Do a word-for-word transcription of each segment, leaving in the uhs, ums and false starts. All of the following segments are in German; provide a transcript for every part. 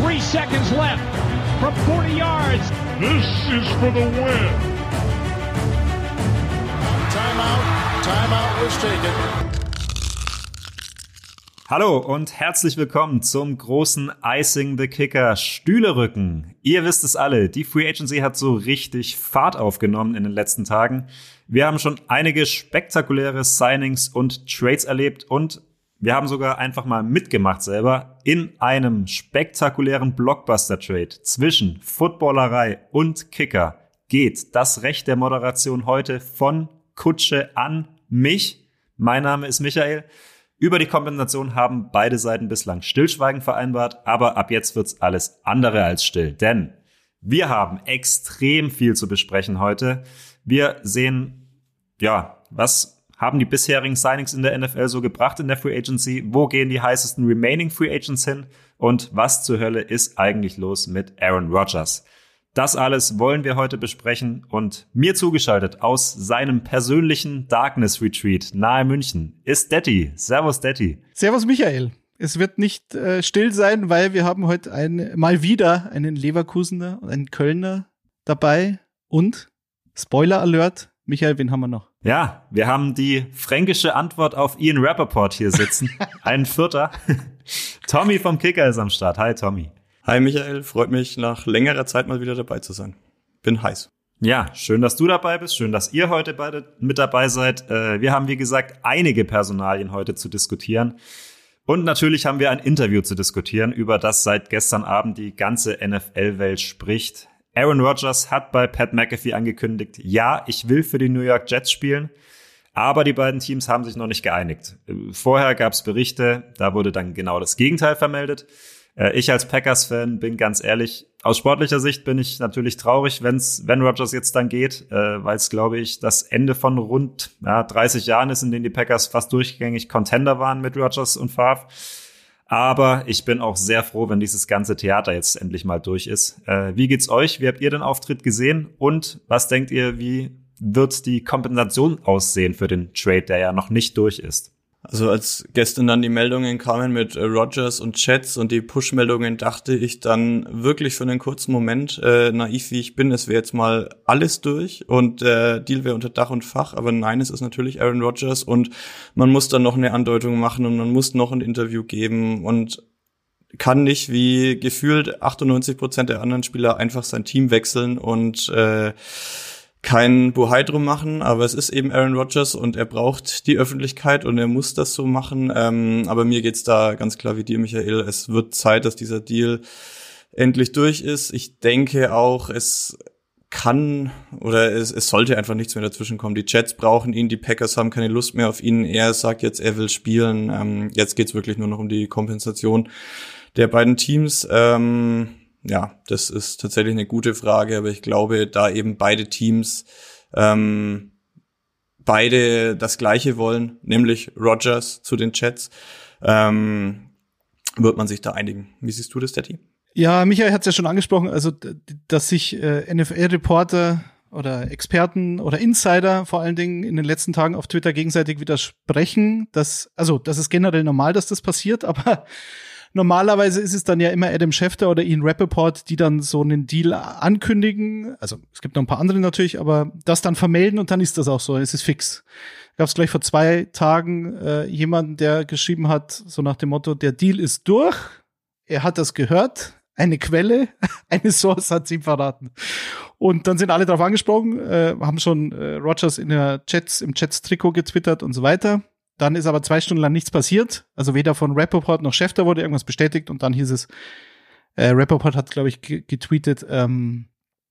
Three seconds left from forty yards. This is for the win. Timeout. Timeout was taken. Hallo und herzlich willkommen zum großen Icing the Kicker Stühlerücken. Ihr wisst es alle, die Free Agency hat so richtig Fahrt aufgenommen in den letzten Tagen. Wir haben schon einige spektakuläre Signings und Trades erlebt und wir haben sogar einfach mal mitgemacht selber in einem spektakulären Blockbuster-Trade zwischen Footballerei und Kicker. Geht das Recht der Moderation heute von Kutsche an mich. Mein Name ist Michael. Über die Kompensation haben beide Seiten bislang Stillschweigen vereinbart, aber ab jetzt wird's alles andere als still, denn wir haben extrem viel zu besprechen heute. Wir sehen, ja, was haben die bisherigen Signings in der N F L so gebracht in der Free Agency? Wo gehen die heißesten Remaining Free Agents hin? Und was zur Hölle ist eigentlich los mit Aaron Rodgers? Das alles wollen wir heute besprechen und mir zugeschaltet aus seinem persönlichen Darkness Retreat nahe München ist Detti. Servus Detti. Servus Michael. Es wird nicht äh, still sein, weil wir haben heute ein, mal wieder einen Leverkusener und einen Kölner dabei und Spoiler Alert, Michael, wen haben wir noch? Ja, wir haben die fränkische Antwort auf Ian Rappaport hier sitzen. Ein Vierter. Tommy vom Kicker ist am Start. Hi Tommy. Hi Michael, freut mich nach längerer Zeit mal wieder dabei zu sein. Bin heiß. Ja, schön, dass du dabei bist. Schön, dass ihr heute beide mit dabei seid. Wir haben, wie gesagt, einige Personalien heute zu diskutieren. Und natürlich haben wir ein Interview zu diskutieren, über das seit gestern Abend die ganze N F L-Welt spricht. Aaron Rodgers hat bei Pat McAfee angekündigt, ja, ich will für die New York Jets spielen. Aber die beiden Teams haben sich noch nicht geeinigt. Vorher gab es Berichte, da wurde dann genau das Gegenteil vermeldet. Ich als Packers-Fan bin ganz ehrlich, aus sportlicher Sicht bin ich natürlich traurig, wenn's, wenn Rodgers jetzt dann geht, äh, weil es, glaube ich, das Ende von rund ja, dreißig Jahren ist, in denen die Packers fast durchgängig Contender waren mit Rodgers und Favre. Aber ich bin auch sehr froh, wenn dieses ganze Theater jetzt endlich mal durch ist. Äh, wie geht's euch? Wie habt ihr den Auftritt gesehen? Und was denkt ihr, wie wird die Kompensation aussehen für den Trade, der ja noch nicht durch ist? Also als gestern dann die Meldungen kamen mit äh, Rodgers und Jets und die Push-Meldungen, dachte ich dann wirklich für einen kurzen Moment, äh, naiv wie ich bin, es wäre jetzt mal alles durch und der äh, Deal wäre unter Dach und Fach. Aber nein, es ist natürlich Aaron Rodgers und man muss dann noch eine Andeutung machen und man muss noch ein Interview geben und kann nicht wie gefühlt achtundneunzig Prozent der anderen Spieler einfach sein Team wechseln und äh, kein Bohai drum machen, aber es ist eben Aaron Rodgers und er braucht die Öffentlichkeit und er muss das so machen. Ähm, aber mir geht's da ganz klar wie dir, Michael. Es wird Zeit, dass dieser Deal endlich durch ist. Ich denke auch, es kann oder es, es sollte einfach nichts mehr dazwischen kommen. Die Jets brauchen ihn, die Packers haben keine Lust mehr auf ihn. Er sagt jetzt, er will spielen. Ähm, jetzt geht's wirklich nur noch um die Kompensation der beiden Teams. Ähm, Ja, das ist tatsächlich eine gute Frage, aber ich glaube, da eben beide Teams ähm, beide das Gleiche wollen, nämlich Rodgers zu den Jets, ähm, wird man sich da einigen. Wie siehst du das, Detti? Ja, Michael hat es ja schon angesprochen, also dass sich äh, N F L-Reporter oder Experten oder Insider vor allen Dingen in den letzten Tagen auf Twitter gegenseitig widersprechen. Dass, also das ist generell normal, dass das passiert, aber normalerweise ist es dann ja immer Adam Schefter oder Ian Rappaport, die dann so einen Deal ankündigen. Also es gibt noch ein paar andere natürlich, aber das dann vermelden und dann ist das auch so. Es ist fix. Gab es gleich vor zwei Tagen äh, jemanden, der geschrieben hat, so nach dem Motto, der Deal ist durch. Er hat das gehört. Eine Quelle, eine Source hat sie ihm verraten. Und dann sind alle darauf angesprochen, äh, haben schon äh, Rodgers in der Jets, im Jets-Trikot getwittert und so weiter. Dann ist aber zwei Stunden lang nichts passiert. Also weder von Rappaport noch Schefter wurde irgendwas bestätigt. Und dann hieß es, äh, Rappaport hat, glaube ich, g- getweetet, ähm,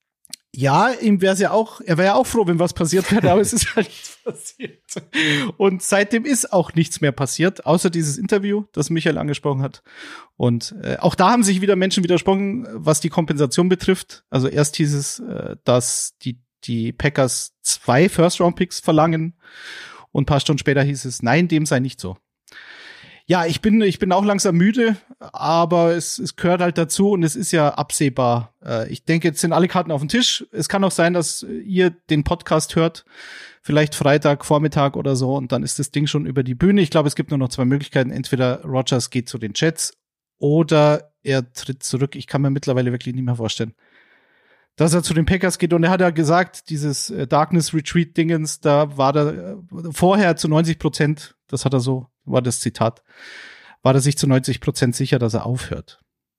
ja, ihm wäre es ja auch, er wäre ja auch froh, wenn was passiert wäre, aber es ist halt nichts passiert. Und seitdem ist auch nichts mehr passiert, außer dieses Interview, das Michael angesprochen hat. Und äh, auch da haben sich wieder Menschen widersprochen, was die Kompensation betrifft. Also erst hieß es, äh, dass die, die Packers zwei First-Round-Picks verlangen. Und ein paar Stunden später hieß es, nein, dem sei nicht so. Ja, ich bin ich bin auch langsam müde, aber es, es gehört halt dazu und es ist ja absehbar. Äh, ich denke, jetzt sind alle Karten auf dem Tisch. Es kann auch sein, dass ihr den Podcast hört, vielleicht Freitag, Vormittag oder so, und dann ist das Ding schon über die Bühne. Ich glaube, es gibt nur noch zwei Möglichkeiten. Entweder Rodgers geht zu den Jets oder er tritt zurück. Ich kann mir mittlerweile wirklich nicht mehr vorstellen, dass er zu den Packers geht. Und er hat ja gesagt, dieses äh, Darkness Retreat Dingens, da war er äh, vorher zu neunzig Prozent, das hat er so, war das Zitat, war er sich zu neunzig Prozent sicher, dass er aufhört.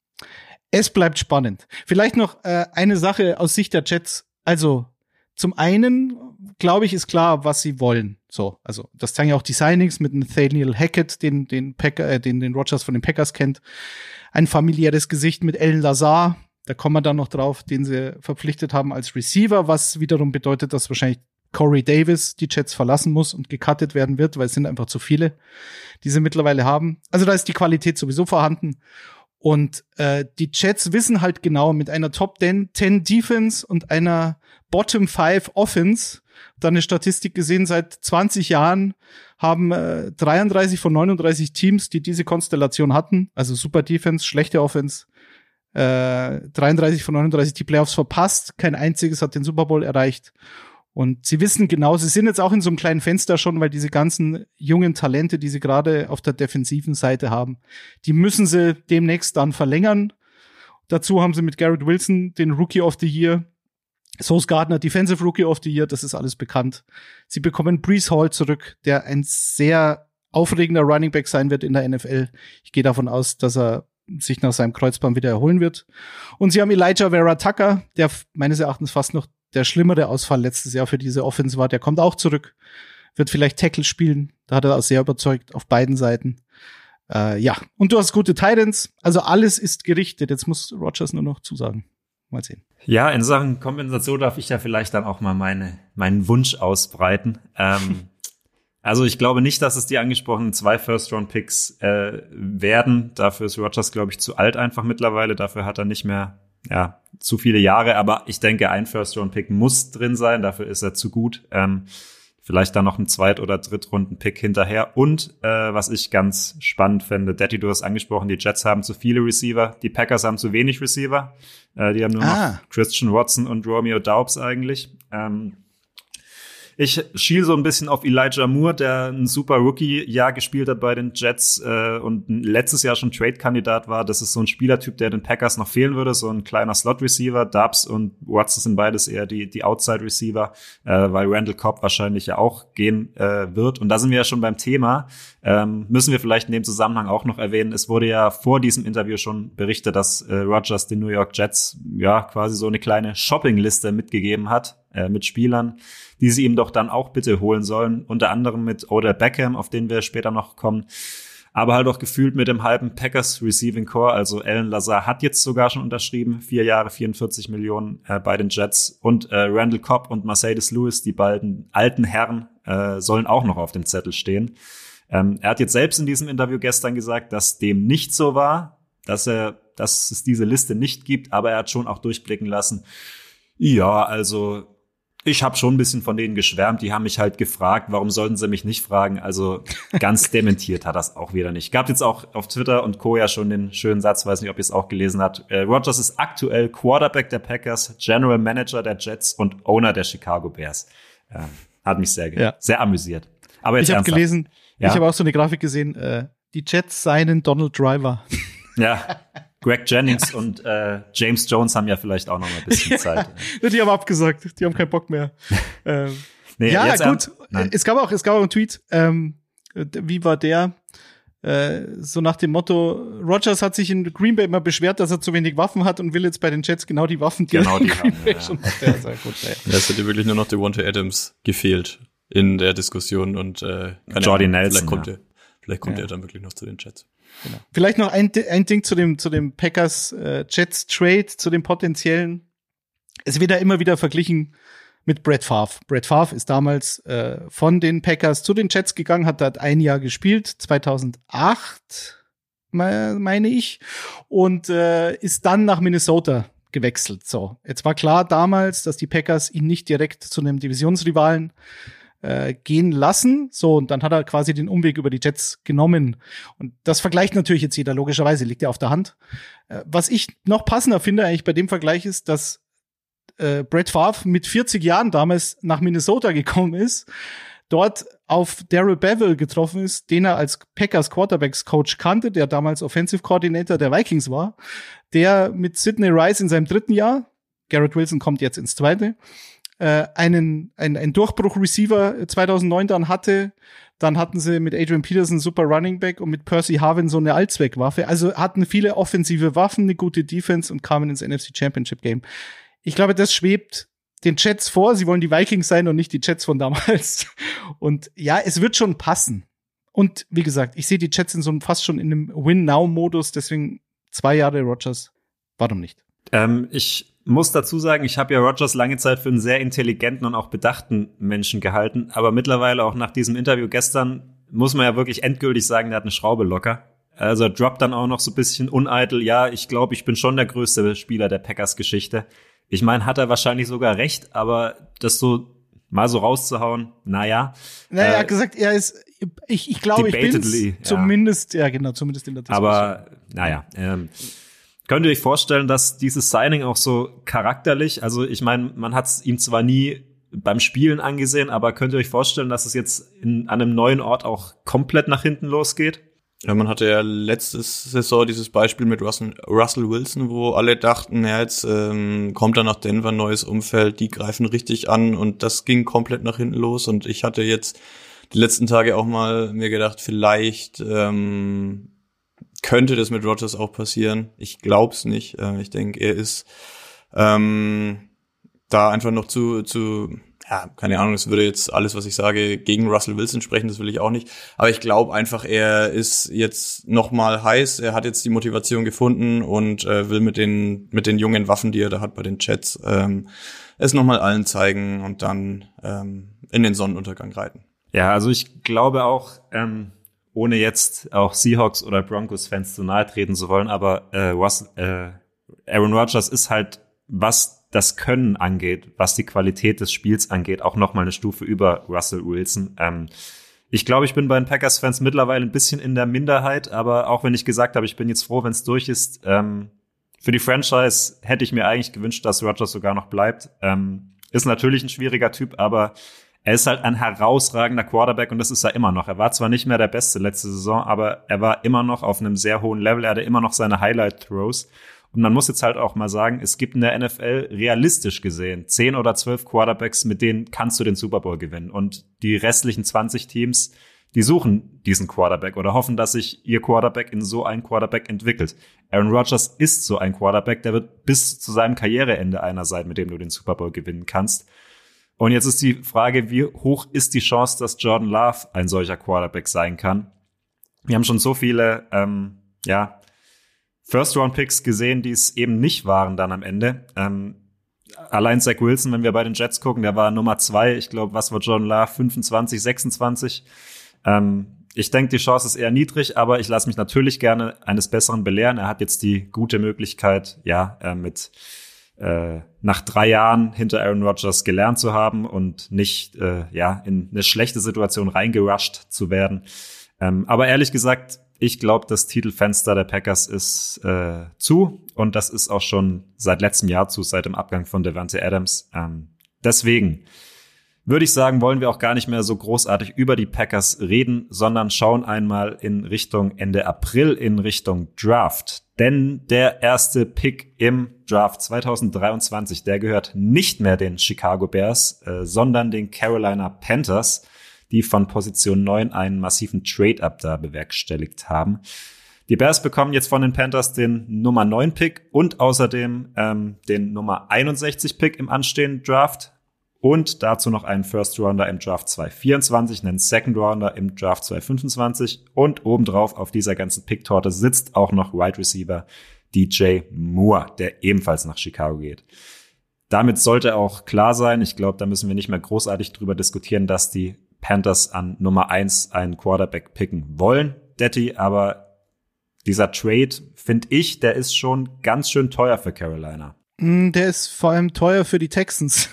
Es bleibt spannend. Vielleicht noch äh, eine Sache aus Sicht der Jets. Also zum einen, glaube ich, ist klar, was sie wollen. So, also das zeigen ja auch die Signings mit Nathaniel Hackett, den den Packer, äh, den den Rodgers von den Packers kennt. Ein familiäres Gesicht mit Alan Lazar, da kommen wir dann noch drauf, den sie verpflichtet haben als Receiver, was wiederum bedeutet, dass wahrscheinlich Corey Davis die Jets verlassen muss und gecuttet werden wird, weil es sind einfach zu viele, die sie mittlerweile haben. Also da ist die Qualität sowieso vorhanden. Und äh, die Jets wissen halt genau, mit einer Top zehn Defense und einer Bottom fünf Offense, dann eine Statistik gesehen, seit zwanzig Jahren haben äh, dreiunddreißig von neununddreißig Teams, die diese Konstellation hatten, also super Defense, schlechte Offense, äh, dreiunddreißig von neununddreißig die Playoffs verpasst, kein einziges hat den Super Bowl erreicht. Und sie wissen genau, sie sind jetzt auch in so einem kleinen Fenster schon, weil diese ganzen jungen Talente, die sie gerade auf der defensiven Seite haben, die müssen sie demnächst dann verlängern. Dazu haben sie mit Garrett Wilson den Rookie of the Year, Sauce Gardner Defensive Rookie of the Year, das ist alles bekannt. Sie bekommen Breece Hall zurück, der ein sehr aufregender Running Back sein wird in der N F L. Ich gehe davon aus, dass er sich nach seinem Kreuzband wieder erholen wird. Und sie haben Elijah Vera Tucker, der meines Erachtens fast noch der schlimmere Ausfall letztes Jahr für diese Offense war, der kommt auch zurück, wird vielleicht Tackle spielen, da hat er auch sehr überzeugt auf beiden Seiten. Äh, ja, und du hast gute Titans, also alles ist gerichtet, jetzt muss Rodgers nur noch zusagen. Mal sehen. Ja, in Sachen Kompensation darf ich ja vielleicht dann auch mal meine meinen Wunsch ausbreiten. Ähm, also ich glaube nicht, dass es die angesprochenen zwei First-Round-Picks äh, werden. Dafür ist Rodgers, glaube ich, zu alt einfach mittlerweile. Dafür hat er nicht mehr ja zu viele Jahre. Aber ich denke, ein First-Round-Pick muss drin sein. Dafür ist er zu gut. Ähm, vielleicht dann noch ein Zweit- oder Drittrunden-Pick hinterher. Und äh, was ich ganz spannend finde, Daddy, du hast angesprochen, die Jets haben zu viele Receiver. Die Packers haben zu wenig Receiver. Äh, die haben nur ah. noch Christian Watson und Romeo Doubs eigentlich. Ähm, Ich schiel so ein bisschen auf Elijah Moore, der ein super Rookie-Jahr gespielt hat bei den Jets äh, und letztes Jahr schon Trade-Kandidat war. Das ist so ein Spielertyp, der den Packers noch fehlen würde, so ein kleiner Slot-Receiver. Doubs und Watson sind beides eher die die Outside-Receiver, äh, weil Randall Cobb wahrscheinlich ja auch gehen äh, wird. Und da sind wir ja schon beim Thema. Ähm, müssen wir vielleicht in dem Zusammenhang auch noch erwähnen, es wurde ja vor diesem Interview schon berichtet, dass äh, Rodgers den New York Jets ja quasi so eine kleine Shoppingliste mitgegeben hat äh, mit Spielern, die sie ihm doch dann auch bitte holen sollen, unter anderem mit Odell Beckham, auf den wir später noch kommen, aber halt auch gefühlt mit dem halben Packers Receiving Core, also Alan Lazar hat jetzt sogar schon unterschrieben, vier Jahre, vierundvierzig Millionen äh, bei den Jets und äh, Randall Cobb und Mercedes Lewis, die beiden alten Herren, äh, sollen auch noch auf dem Zettel stehen. Ähm, er hat jetzt selbst in diesem Interview gestern gesagt, dass dem nicht so war, dass er, dass es diese Liste nicht gibt, aber er hat schon auch durchblicken lassen, ja, also ich habe schon ein bisschen von denen geschwärmt, die haben mich halt gefragt, warum sollten sie mich nicht fragen, also ganz dementiert hat das auch wieder nicht. Gab jetzt auch auf Twitter und Co. ja schon den schönen Satz, weiß nicht, ob ihr es auch gelesen habt, äh, Rodgers ist aktuell Quarterback der Packers, General Manager der Jets und Owner der Chicago Bears. Äh, hat mich sehr, ja. sehr amüsiert. Aber jetzt ich habe gelesen, ja? ich habe auch so eine Grafik gesehen, äh, die Jets seinen Donald Driver. Ja, Greg Jennings und äh, James Jones haben ja vielleicht auch noch mal ein bisschen Zeit. Ja, die haben abgesagt, die haben keinen Bock mehr. ähm, nee, ja, jetzt gut. Nein. Es gab auch, es gab auch einen Tweet. Ähm, wie war der? Äh, so nach dem Motto: Rodgers hat sich in Green Bay immer beschwert, dass er zu wenig Waffen hat und will jetzt bei den Jets genau die Waffen, die genau er in die Green haben, Bay ja. schon hat. Ja, sehr gut, ey. Ja, es hätte wirklich nur noch Devontae Adams gefehlt in der Diskussion und äh, Jordy Nelson. Vielleicht kommt, ja. er, vielleicht kommt ja. er dann wirklich noch zu den Jets. Genau. Vielleicht noch ein, ein Ding zu dem, zu dem Packers äh, Jets Trade, zu dem potenziellen. Es wird ja immer wieder verglichen mit Brett Favre. Brett Favre ist damals äh, von den Packers zu den Jets gegangen, hat dort ein Jahr gespielt, zweitausendacht, meine ich, und äh, ist dann nach Minnesota gewechselt. So, jetzt war klar damals, dass die Packers ihn nicht direkt zu einem Divisionsrivalen Äh, gehen lassen. So, und dann hat er quasi den Umweg über die Jets genommen. Und das vergleicht natürlich jetzt jeder, logischerweise, liegt ja auf der Hand. Äh, was ich noch passender finde eigentlich bei dem Vergleich ist, dass äh, Brett Favre mit vierzig Jahren damals nach Minnesota gekommen ist, dort auf Darrell Bevell getroffen ist, den er als Packers Quarterbacks Coach kannte, der damals Offensive Coordinator der Vikings war, der mit Sidney Rice in seinem dritten Jahr, Garrett Wilson kommt jetzt ins zweite, äh, einen, ein, ein Durchbruch-Receiver zweitausendneun dann hatte. Dann hatten sie mit Adrian Peterson super Running Back und mit Percy Harvin so eine Allzweckwaffe. Also hatten viele offensive Waffen, eine gute Defense und kamen ins N F C Championship Game. Ich glaube, das schwebt den Jets vor. Sie wollen die Vikings sein und nicht die Jets von damals. Und ja, es wird schon passen. Und wie gesagt, ich sehe die Jets in so einem fast schon in einem Win-Now-Modus. Deswegen zwei Jahre Rodgers. Warum nicht? Ähm, ich muss dazu sagen, ich habe ja Rodgers lange Zeit für einen sehr intelligenten und auch bedachten Menschen gehalten, aber mittlerweile auch nach diesem Interview gestern muss man ja wirklich endgültig sagen, der hat eine Schraube locker. Also er droppt dann auch noch so ein bisschen uneitel, ja, ich glaube, ich bin schon der größte Spieler der Packers-Geschichte. Ich meine, hat er wahrscheinlich sogar recht, aber das so mal so rauszuhauen, naja. Naja, äh, er hat gesagt, er ist, ich, ich glaube, ich bin's, ja. zumindest, ja genau, zumindest in der Diskussion. Aber, naja, ähm, könnt ihr euch vorstellen, dass dieses Signing auch so charakterlich, also ich meine, man hat es ihm zwar nie beim Spielen angesehen, aber könnt ihr euch vorstellen, dass es jetzt in, an einem neuen Ort auch komplett nach hinten losgeht? Ja, man hatte ja letzte Saison dieses Beispiel mit Russell, Russell Wilson, wo alle dachten, ja, jetzt ähm, kommt er nach Denver, neues Umfeld, die greifen richtig an und das ging komplett nach hinten los und ich hatte jetzt die letzten Tage auch mal mir gedacht, vielleicht ähm, könnte das mit Rodgers auch passieren. Ich glaub's nicht. Äh, ich denke, er ist ähm, da einfach noch zu, zu, ja, keine Ahnung, das würde jetzt alles, was ich sage, gegen Russell Wilson sprechen, das will ich auch nicht. Aber ich glaube einfach, er ist jetzt noch mal heiß. Er hat jetzt die Motivation gefunden und äh, will mit den mit den jungen Waffen, die er da hat bei den Jets, ähm, es noch mal allen zeigen und dann ähm, in den Sonnenuntergang reiten. Ja, also ich glaube auch, ähm ohne jetzt auch Seahawks oder Broncos-Fans zu nahe treten zu wollen, aber äh, Russell, äh, Aaron Rodgers ist halt, was das Können angeht, was die Qualität des Spiels angeht, auch noch mal eine Stufe über Russell Wilson. Ähm, ich glaube, ich bin bei den Packers-Fans mittlerweile ein bisschen in der Minderheit, aber auch wenn ich gesagt habe, ich bin jetzt froh, wenn es durch ist, ähm, für die Franchise hätte ich mir eigentlich gewünscht, dass Rodgers sogar noch bleibt. Ähm, ist natürlich ein schwieriger Typ, aber er ist halt ein herausragender Quarterback und das ist er immer noch. Er war zwar nicht mehr der Beste letzte Saison, aber er war immer noch auf einem sehr hohen Level. Er hatte immer noch seine Highlight-Throws. Und man muss jetzt halt auch mal sagen, es gibt in der N F L realistisch gesehen zehn oder zwölf Quarterbacks, mit denen kannst du den Super Bowl gewinnen. Und die restlichen zwanzig Teams, die suchen diesen Quarterback oder hoffen, dass sich ihr Quarterback in so einen Quarterback entwickelt. Aaron Rodgers ist so ein Quarterback, der wird bis zu seinem Karriereende einer sein, mit dem du den Super Bowl gewinnen kannst. Und jetzt ist die Frage, wie hoch ist die Chance, dass Jordan Love ein solcher Quarterback sein kann? Wir haben schon so viele, ähm, ja, First-Round-Picks gesehen, die es eben nicht waren dann am Ende. Ähm, allein Zach Wilson, wenn wir bei den Jets gucken, der war Nummer zwei. Ich glaube, was war Jordan Love? fünfundzwanzig, sechsundzwanzig. Ähm, ich denke, die Chance ist eher niedrig, aber ich lasse mich natürlich gerne eines Besseren belehren. Er hat jetzt die gute Möglichkeit, ja, äh, mit Äh, nach drei Jahren hinter Aaron Rodgers gelernt zu haben und nicht äh, ja in eine schlechte Situation reingerusht zu werden. Ähm, aber ehrlich gesagt, ich glaube, das Titelfenster der Packers ist äh, zu und das ist auch schon seit letztem Jahr zu, seit dem Abgang von Davante Adams. Ähm, deswegen würde ich sagen, wollen wir auch gar nicht mehr so großartig über die Packers reden, sondern schauen einmal in Richtung Ende April, in Richtung Draft. Denn der erste Pick im Draft zwanzig dreiundzwanzig, der gehört nicht mehr den Chicago Bears, äh, sondern den Carolina Panthers, die von Position neun einen massiven Trade-Up da bewerkstelligt haben. Die Bears bekommen jetzt von den Panthers den Nummer neun Pick und außerdem ähm, den Nummer einundsechzig Pick im anstehenden Draft. Und dazu noch einen First Rounder im Draft zwanzig vierundzwanzig, einen Second Rounder im Draft zwanzig fünfundzwanzig und obendrauf auf dieser ganzen Picktorte sitzt auch noch Wide Receiver D J Moore, der ebenfalls nach Chicago geht. Damit sollte auch klar sein, ich glaube, da müssen wir nicht mehr großartig drüber diskutieren, dass die Panthers an Nummer eins einen Quarterback picken wollen, Detti, aber dieser Trade, finde ich, der ist schon ganz schön teuer für Carolina. Der ist vor allem teuer für die Texans.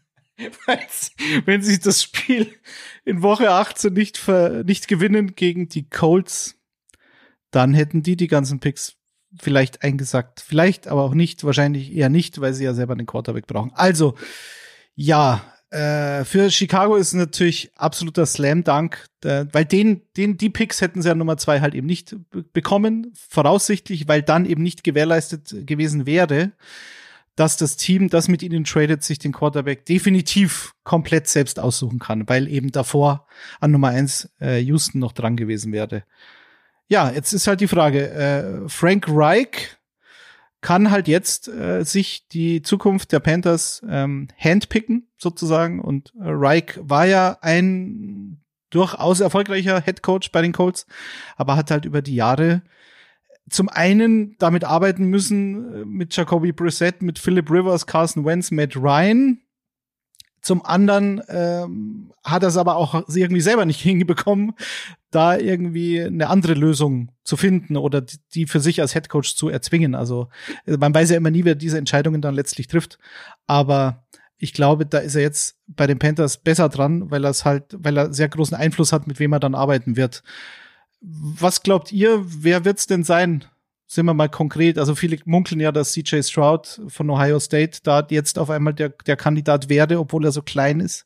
Wenn sie das Spiel in Woche achtzehn nicht, ver- nicht gewinnen gegen die Colts, dann hätten die die ganzen Picks vielleicht eingesackt. Vielleicht, aber auch nicht, wahrscheinlich eher nicht, weil sie ja selber einen Quarterback brauchen. Also, ja, Äh, für Chicago ist natürlich absoluter Slam Dunk, äh, weil den, den, die Picks hätten sie ja Nummer zwei halt eben nicht b- bekommen, voraussichtlich, weil dann eben nicht gewährleistet gewesen wäre, dass das Team, das mit ihnen tradet, sich den Quarterback definitiv komplett selbst aussuchen kann, weil eben davor an Nummer eins äh, Houston noch dran gewesen wäre. Ja, jetzt ist halt die Frage, äh, Frank Reich kann halt jetzt äh, sich die Zukunft der Panthers ähm, handpicken, sozusagen. Und äh, Reich war ja ein durchaus erfolgreicher Headcoach bei den Colts, aber hat halt über die Jahre zum einen damit arbeiten müssen, äh, mit Jacoby Brissett, mit Philip Rivers, Carson Wentz, Matt Ryan. Zum anderen ähm, hat er es aber auch irgendwie selber nicht hinbekommen, da irgendwie eine andere Lösung zu finden oder die, die für sich als Headcoach zu erzwingen. Also man weiß ja immer nie, wer diese Entscheidungen dann letztlich trifft. Aber ich glaube, da ist er jetzt bei den Panthers besser dran, weil er es halt, weil er sehr großen Einfluss hat, mit wem er dann arbeiten wird. Was glaubt ihr, wer wird's denn sein? Sind wir mal konkret, also viele munkeln ja, dass C J Stroud von Ohio State da jetzt auf einmal der, der Kandidat werde, obwohl er so klein ist.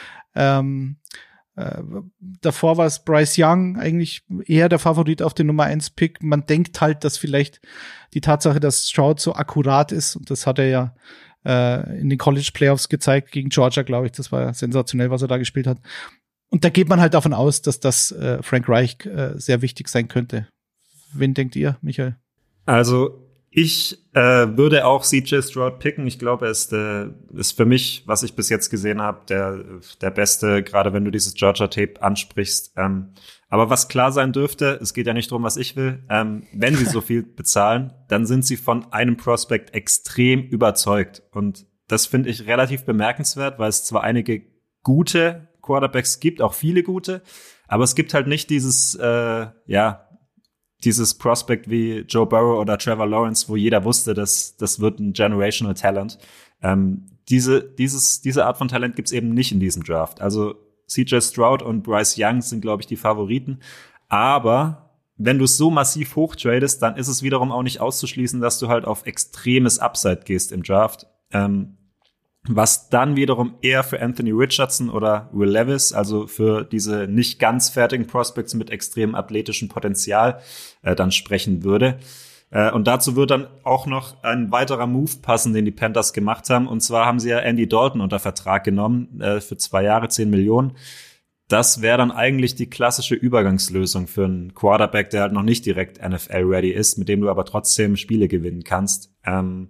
Ähm, äh, davor war es Bryce Young, eigentlich eher der Favorit auf den Nummer eins Pick. Man denkt halt, dass vielleicht die Tatsache, dass Stroud so akkurat ist, und das hat er ja äh, in den College Playoffs gezeigt, gegen Georgia, glaube ich, das war sensationell, was er da gespielt hat. Und da geht man halt davon aus, dass das äh, Frank Reich äh, sehr wichtig sein könnte. Wen denkt ihr, Michael? Also ich äh, würde auch C J Stroud picken. Ich glaube, er ist, äh, ist für mich, was ich bis jetzt gesehen habe, der der Beste, gerade wenn du dieses Georgia-Tape ansprichst. Ähm, aber was klar sein dürfte, es geht ja nicht darum, was ich will, ähm, wenn sie so viel bezahlen, dann sind sie von einem Prospect extrem überzeugt. Und das finde ich relativ bemerkenswert, weil es zwar einige gute Quarterbacks gibt, auch viele gute, aber es gibt halt nicht dieses, äh, ja, dieses Prospect wie Joe Burrow oder Trevor Lawrence, wo jeder wusste, dass das wird ein Generational Talent. Ähm, diese, dieses, diese Art von Talent gibt's eben nicht in diesem Draft. Also C J Stroud und Bryce Young sind, glaube ich, die Favoriten. Aber wenn du es so massiv hochtradest, dann ist es wiederum auch nicht auszuschließen, dass du halt auf extremes Upside gehst im Draft. Ähm, was dann wiederum eher für Anthony Richardson oder Will Levis, also für diese nicht ganz fertigen Prospects mit extrem athletischem Potenzial, äh, dann sprechen würde. Äh, und dazu wird dann auch noch ein weiterer Move passen, den die Panthers gemacht haben. Und zwar haben sie ja Andy Dalton unter Vertrag genommen, äh, für zwei Jahre, zehn Millionen. Das wäre dann eigentlich die klassische Übergangslösung für einen Quarterback, der halt noch nicht direkt N F L-ready ist, mit dem du aber trotzdem Spiele gewinnen kannst. Ähm,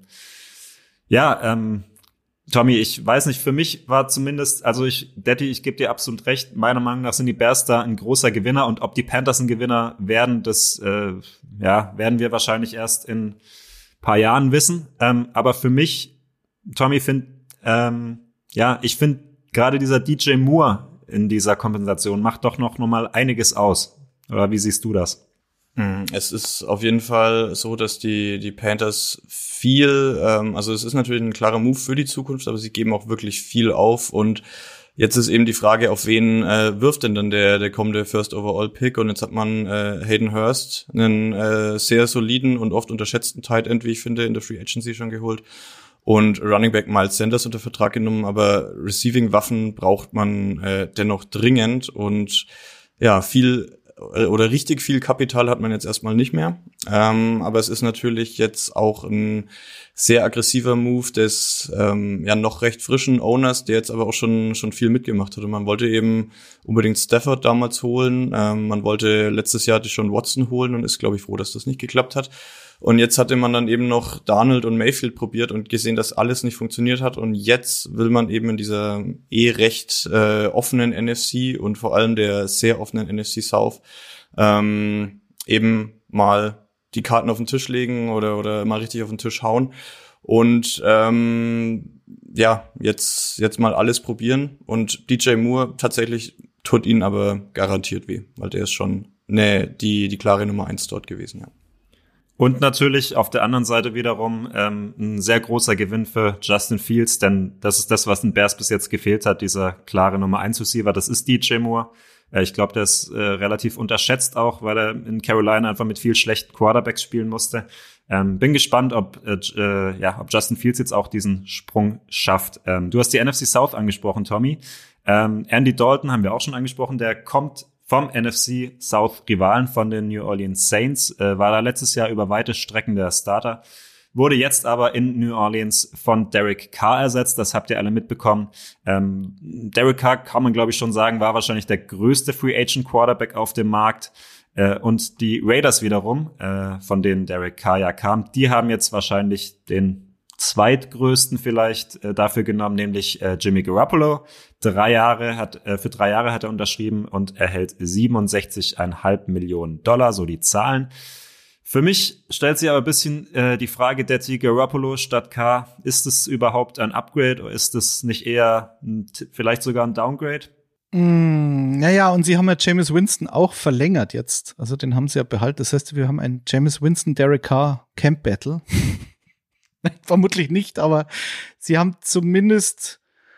ja, ähm, Tommy, ich weiß nicht, für mich war zumindest, also ich, Detti, ich gebe dir absolut recht, meiner Meinung nach sind die Bears da ein großer Gewinner und ob die Panthers ein Gewinner werden, das äh, ja werden wir wahrscheinlich erst in ein paar Jahren wissen. Ähm, aber für mich, Tommy, finde, ähm, ja, ich finde gerade dieser D J Moore in dieser Kompensation macht doch noch, noch mal einiges aus. Oder wie siehst du das? Es ist auf jeden Fall so, dass die die Panthers viel, ähm, also es ist natürlich ein klarer Move für die Zukunft, aber sie geben auch wirklich viel auf und jetzt ist eben die Frage, auf wen äh, wirft denn dann der der kommende First Overall Pick und jetzt hat man äh, Hayden Hurst, einen äh, sehr soliden und oft unterschätzten Tight End, wie ich finde, in der Free Agency schon geholt und Running Back Miles Sanders unter Vertrag genommen, aber Receiving Waffen braucht man äh, dennoch dringend und ja, viel oder richtig viel Kapital hat man jetzt erstmal nicht mehr. Ähm, aber es ist natürlich jetzt auch ein sehr aggressiver Move des ähm, ja noch recht frischen Owners, der jetzt aber auch schon schon viel mitgemacht hat. Und man wollte eben unbedingt Stafford damals holen. Ähm, man wollte letztes Jahr Deshaun Watson holen und ist, glaube ich, froh, dass das nicht geklappt hat. Und jetzt hatte man dann eben noch Darnold und Mayfield probiert und gesehen, dass alles nicht funktioniert hat. Und jetzt will man eben in dieser eh recht äh, offenen N F C und vor allem der sehr offenen N F C South ähm, eben mal die Karten auf den Tisch legen oder oder mal richtig auf den Tisch hauen. Und ähm, ja, jetzt jetzt mal alles probieren. Und D J Moore tatsächlich tut ihnen aber garantiert weh, weil der ist schon ne die die klare Nummer eins dort gewesen, ja. Und natürlich auf der anderen Seite wiederum ähm, ein sehr großer Gewinn für Justin Fields, denn das ist das, was den Bears bis jetzt gefehlt hat, dieser klare Nummer eins Receiver, das ist D J Moore. Äh, ich glaube, der ist äh, relativ unterschätzt auch, weil er in Carolina einfach mit viel schlechten Quarterbacks spielen musste. Ähm, bin gespannt, ob, äh, ja, ob Justin Fields jetzt auch diesen Sprung schafft. Ähm, du hast die N F C South angesprochen, Tommy. Ähm, Andy Dalton haben wir auch schon angesprochen. Der kommt vom N F C South Rivalen von den New Orleans Saints. Äh, war da letztes Jahr über weite Strecken der Starter. Wurde jetzt aber in New Orleans von Derek Carr ersetzt. Das habt ihr alle mitbekommen. Ähm, Derek Carr, kann man glaube ich schon sagen, war wahrscheinlich der größte Free Agent Quarterback auf dem Markt. Äh, und die Raiders wiederum, äh, von denen Derek Carr ja kam, die haben jetzt wahrscheinlich den zweitgrößten vielleicht äh, dafür genommen, nämlich äh, Jimmy Garoppolo. Drei Jahre hat, äh, für drei Jahre hat er unterschrieben und erhält siebenundsechzig Komma fünf Millionen Dollar, so die Zahlen. Für mich stellt sich aber ein bisschen äh, die Frage, Detti, Garoppolo statt Carr, ist es überhaupt ein Upgrade oder ist es nicht eher ein, vielleicht sogar ein Downgrade? Mm, naja, und sie haben ja Jameis Winston auch verlängert jetzt. Also den haben sie ja behalten. Das heißt, wir haben ein Jameis Winston, Derek Carr Camp Battle. Vermutlich nicht, aber sie haben zumindest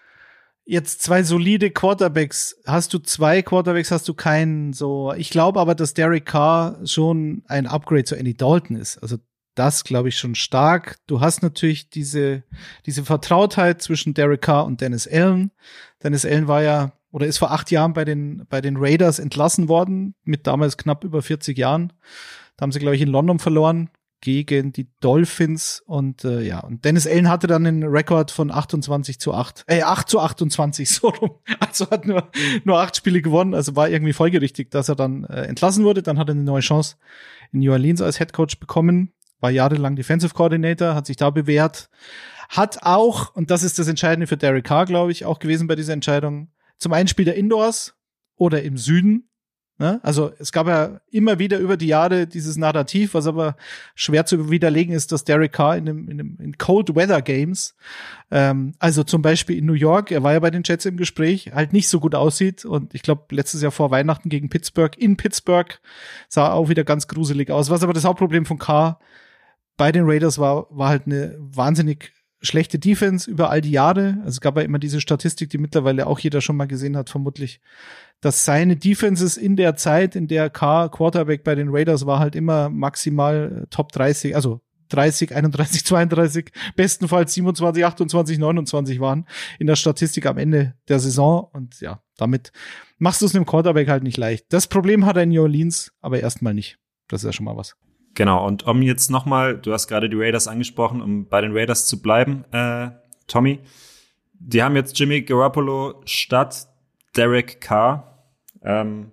jetzt zwei solide Quarterbacks. Hast du zwei Quarterbacks, hast du keinen so. Ich glaube aber, dass Derek Carr schon ein Upgrade zu Andy Dalton ist. Also das glaube ich schon stark. Du hast natürlich diese, diese Vertrautheit zwischen Derek Carr und Dennis Allen. Dennis Allen war ja oder ist vor acht Jahren bei den, bei den Raiders entlassen worden, mit damals knapp über vierzig Jahren. Da haben sie, glaube ich, in London verloren gegen die Dolphins und äh, ja, und Dennis Allen hatte dann einen Rekord von achtundzwanzig zu acht, äh, acht zu achtundzwanzig, so rum. Also hat nur, nur acht Spiele gewonnen, also war irgendwie folgerichtig, dass er dann äh, entlassen wurde. Dann hat er eine neue Chance in New Orleans als Headcoach bekommen, war jahrelang Defensive Coordinator, hat sich da bewährt, hat auch, und das ist das Entscheidende für Derek Carr, glaube ich, auch gewesen bei dieser Entscheidung, zum einen spielt er Indoors oder im Süden. Ne? Also es gab ja immer wieder über die Jahre dieses Narrativ, was aber schwer zu widerlegen ist, dass Derek Carr in dem, in dem in Cold Weather Games, ähm, also zum Beispiel in New York, er war ja bei den Jets im Gespräch, halt nicht so gut aussieht. Und ich glaube, letztes Jahr vor Weihnachten gegen Pittsburgh, in Pittsburgh, sah auch wieder ganz gruselig aus. Was aber das Hauptproblem von Carr bei den Raiders war, war halt eine wahnsinnig schlechte Defense über all die Jahre. Also es gab ja immer diese Statistik, die mittlerweile auch jeder schon mal gesehen hat, vermutlich, dass seine Defenses in der Zeit, in der Carr Quarterback bei den Raiders war, halt immer maximal äh, Top dreißig, also dreißig, einunddreißig, zweiunddreißig, bestenfalls siebenundzwanzig, achtundzwanzig, neunundzwanzig waren in der Statistik am Ende der Saison. Und ja, damit machst du es einem Quarterback halt nicht leicht. Das Problem hat er in New Orleans, aber erstmal nicht. Das ist ja schon mal was. Genau, und um jetzt nochmal, du hast gerade die Raiders angesprochen, um bei den Raiders zu bleiben, äh, Tommy, die haben jetzt Jimmy Garoppolo statt Derek Carr. Ähm,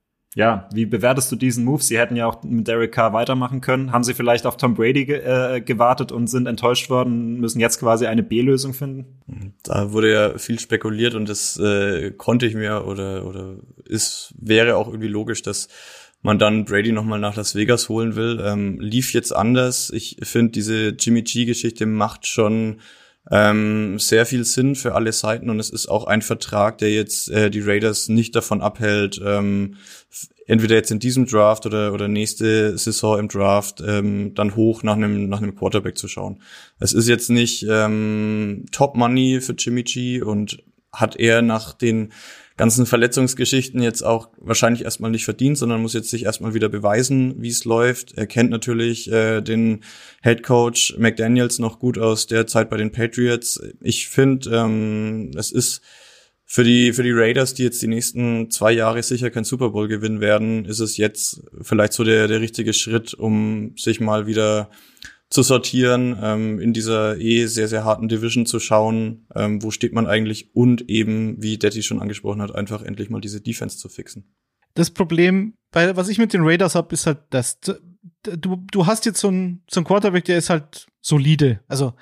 ja, wie bewertest du diesen Move? Sie hätten ja auch mit Derek Carr weitermachen können. Haben sie vielleicht auf Tom Brady ge- äh, gewartet und sind enttäuscht worden, müssen jetzt quasi eine B-Lösung finden? Da wurde ja viel spekuliert und das äh, konnte ich mir oder oder ist wäre auch irgendwie logisch, dass man dann Brady nochmal nach Las Vegas holen will. Ähm, lief jetzt anders. Ich finde, diese Jimmy G-Geschichte macht schon ähm, sehr viel Sinn für alle Seiten und es ist auch ein Vertrag, der jetzt äh, die Raiders nicht davon abhält, ähm, entweder jetzt in diesem Draft oder oder nächste Saison im Draft ähm, dann hoch nach einem nach einem Quarterback zu schauen. Es ist jetzt nicht ähm, Top Money für Jimmy G und hat er nach den ganzen Verletzungsgeschichten jetzt auch wahrscheinlich erstmal nicht verdient, sondern muss jetzt sich erstmal wieder beweisen, wie es läuft. Er kennt natürlich äh, den Headcoach McDaniels noch gut aus der Zeit bei den Patriots. Ich finde, ähm, es ist für die für die Raiders, die jetzt die nächsten zwei Jahre sicher kein Super Bowl gewinnen werden, ist es jetzt vielleicht so der der richtige Schritt, um sich mal wieder zu sortieren, ähm, in dieser eh sehr, sehr harten Division zu schauen, ähm, wo steht man eigentlich und eben, wie Detti schon angesprochen hat, einfach endlich mal diese Defense zu fixen. Das Problem, weil was ich mit den Raiders habe, ist halt, dass du, du hast jetzt so einen so einen Quarterback, der ist halt solide. Also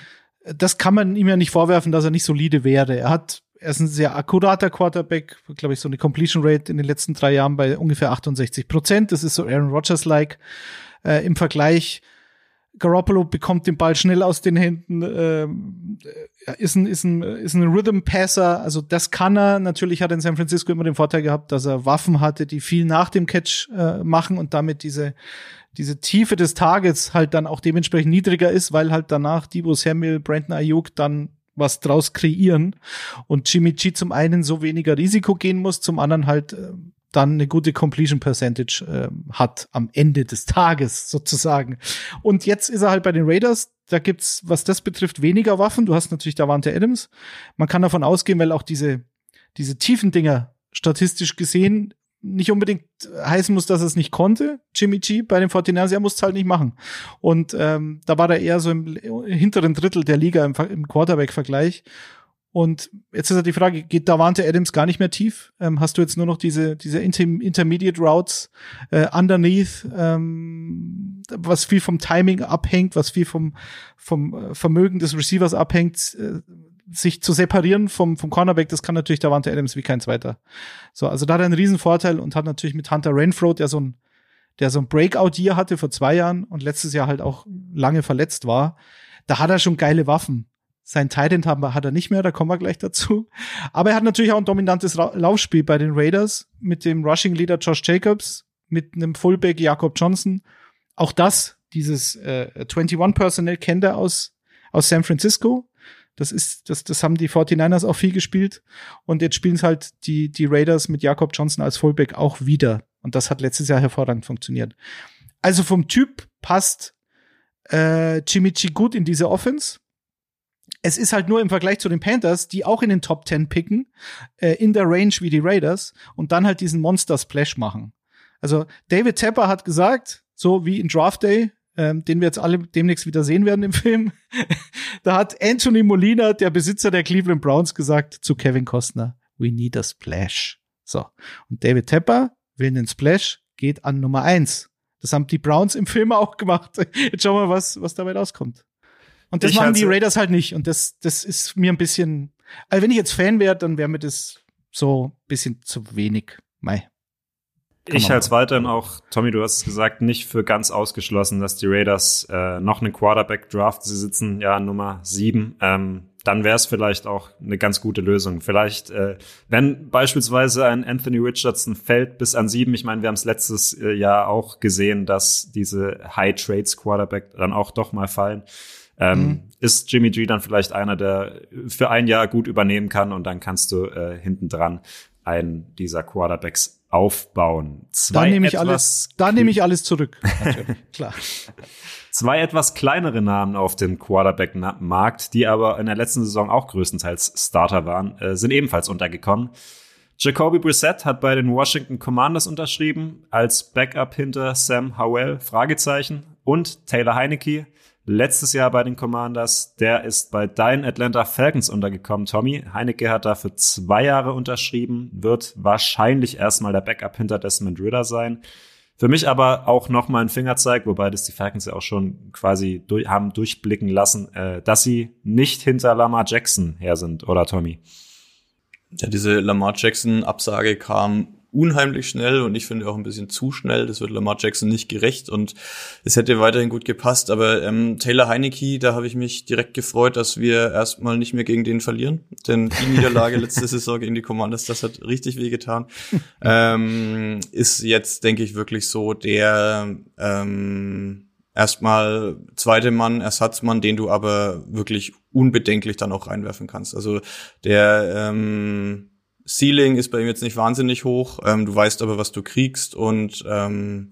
das kann man ihm ja nicht vorwerfen, dass er nicht solide wäre. Er hat, er ist ein sehr akkurater Quarterback, glaube ich, so eine Completion Rate in den letzten drei Jahren bei ungefähr achtundsechzig Prozent. Das ist so Aaron Rodgers-like äh, im Vergleich. Garoppolo bekommt den Ball schnell aus den Händen, äh, ist ein, ist ein, ist ein Rhythm-Passer, also das kann er. Natürlich hat er in San Francisco immer den Vorteil gehabt, dass er Waffen hatte, die viel nach dem Catch äh, machen und damit diese, diese Tiefe des Targets halt dann auch dementsprechend niedriger ist, weil halt danach Deebo Samuel, Brandon Ayuk dann was draus kreieren und Jimmy G zum einen so weniger Risiko gehen muss, zum anderen halt äh, dann eine gute Completion Percentage äh, hat am Ende des Tages sozusagen. Und jetzt ist er halt bei den Raiders. Da gibt's, was das betrifft, weniger Waffen. Du hast natürlich Davante Adams. Man kann davon ausgehen, weil auch diese diese tiefen Dinger statistisch gesehen nicht unbedingt heißen muss, dass er es nicht konnte, Jimmy G bei den forty-niners, er muss es halt nicht machen. Und ähm, da war er eher so im hinteren Drittel der Liga im, im Quarterback-Vergleich. Und jetzt ist halt die Frage, geht Davante Adams gar nicht mehr tief? Ähm, hast du jetzt nur noch diese diese Inter- Intermediate Routes äh, underneath, ähm, was viel vom Timing abhängt, was viel vom vom Vermögen des Receivers abhängt, äh, sich zu separieren vom vom Cornerback, das kann natürlich Davante Adams wie kein zweiter. So, also da hat er einen riesen Vorteil und hat natürlich mit Hunter Renfrow, der so ein der so ein Breakout-Year hatte vor zwei Jahren und letztes Jahr halt auch lange verletzt war, da hat er schon geile Waffen. Sein Tight End hat er nicht mehr, da kommen wir gleich dazu. Aber er hat natürlich auch ein dominantes Ra- Laufspiel bei den Raiders mit dem Rushing Leader Josh Jacobs, mit einem Fullback Jakob Johnson. Auch das, dieses äh, einundzwanzig Personnel kennt er aus aus San Francisco. Das ist, das, das haben die forty-niners auch viel gespielt. Und jetzt spielen es halt die die Raiders mit Jakob Johnson als Fullback auch wieder. Und das hat letztes Jahr hervorragend funktioniert. Also vom Typ passt äh, Jimmy G gut in diese Offense. Es ist halt nur im Vergleich zu den Panthers, die auch in den Top Ten picken, äh, in der Range wie die Raiders und dann halt diesen Monster-Splash machen. Also David Tepper hat gesagt, so wie in Draft Day, ähm, den wir jetzt alle demnächst wieder sehen werden im Film, da hat Anthony Molina, der Besitzer der Cleveland Browns, gesagt zu Kevin Costner, we need a splash. So. Und David Tepper will einen Splash, geht an Nummer eins. Das haben die Browns im Film auch gemacht. Jetzt schauen wir mal, was, was dabei rauskommt. Und das ich machen die Raiders halt nicht. Und das, das ist mir ein bisschen, also wenn ich jetzt Fan wäre, dann wäre mir das so ein bisschen zu wenig. Mei. Ich halte es weiterhin auch, Tommy, du hast es gesagt, nicht für ganz ausgeschlossen, dass die Raiders äh, noch einen Quarterback draften. Sie sitzen ja an Nummer sieben. Ähm, dann wäre es vielleicht auch eine ganz gute Lösung. Vielleicht, äh, wenn beispielsweise ein Anthony Richardson fällt bis an sieben, ich meine, wir haben es letztes äh, Jahr auch gesehen, dass diese High-Trades-Quarterback dann auch doch mal fallen. Ähm, mhm. Ist Jimmy G dann vielleicht einer, der für ein Jahr gut übernehmen kann und dann kannst du äh, hinten dran einen dieser Quarterbacks aufbauen. Zwei da nehme ich alles, da nehme ich alles zurück. Natürlich, klar. Zwei etwas kleinere Namen auf dem Quarterback-Markt, die aber in der letzten Saison auch größtenteils Starter waren, äh, sind ebenfalls untergekommen. Jacoby Brissett hat bei den Washington Commanders unterschrieben, als Backup hinter Sam Howell, Fragezeichen, und Taylor Heinicke, letztes Jahr bei den Commanders, der ist bei deinen Atlanta Falcons untergekommen, Tommy. Heinicke hat da für zwei Jahre unterschrieben, wird wahrscheinlich erstmal der Backup hinter Desmond Ridder sein. Für mich aber auch nochmal ein Fingerzeig, wobei das die Falcons ja auch schon quasi durch, haben durchblicken lassen, äh, dass sie nicht hinter Lamar Jackson her sind, oder Tommy? Ja, diese Lamar Jackson-Absage kam unheimlich schnell und ich finde auch ein bisschen zu schnell. Das wird Lamar Jackson nicht gerecht und es hätte weiterhin gut gepasst. Aber ähm, Taylor Heinicke, da habe ich mich direkt gefreut, dass wir erstmal nicht mehr gegen den verlieren. Denn die Niederlage letzte Saison gegen die Commanders, das hat richtig wehgetan. ähm, ist jetzt, denke ich, wirklich so der ähm, erstmal zweite Mann, Ersatzmann, den du aber wirklich unbedenklich dann auch reinwerfen kannst. Also der ähm, Ceiling ist bei ihm jetzt nicht wahnsinnig hoch, ähm, du weißt aber, was du kriegst und ähm,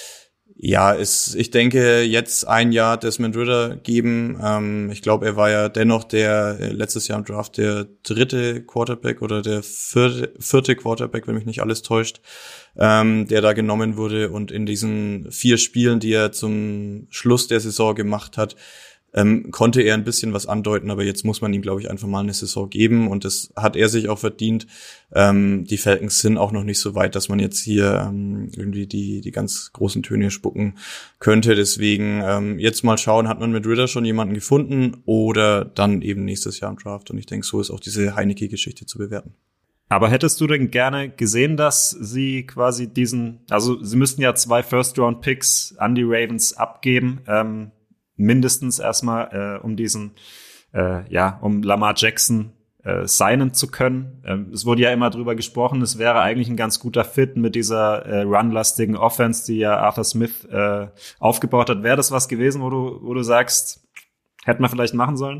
ja, ist, ich denke, jetzt ein Jahr Desmond Ridder geben. Ähm, ich glaube, er war ja dennoch der äh, letztes Jahr im Draft der dritte Quarterback oder der vierte, vierte Quarterback, wenn mich nicht alles täuscht, ähm, der da genommen wurde und in diesen vier Spielen, die er zum Schluss der Saison gemacht hat, Ähm, konnte er ein bisschen was andeuten, aber jetzt muss man ihm, glaube ich, einfach mal eine Saison geben und das hat er sich auch verdient. Ähm, die Falcons sind auch noch nicht so weit, dass man jetzt hier ähm, irgendwie die die ganz großen Töne spucken könnte. Deswegen ähm, jetzt mal schauen, hat man mit Ridder schon jemanden gefunden oder dann eben nächstes Jahr im Draft. Und ich denke, so ist auch diese Heinicke-Geschichte zu bewerten. Aber hättest du denn gerne gesehen, dass sie quasi diesen, also sie müssten ja zwei First-Round-Picks an die Ravens abgeben, ähm, mindestens erstmal, äh, um diesen, äh, ja, um Lamar Jackson äh, signen zu können. Ähm, es wurde ja immer drüber gesprochen, es wäre eigentlich ein ganz guter Fit mit dieser äh, runlastigen Offense, die ja Arthur Smith äh, aufgebaut hat. Wäre das was gewesen, wo du, wo du sagst, hätten wir vielleicht machen sollen?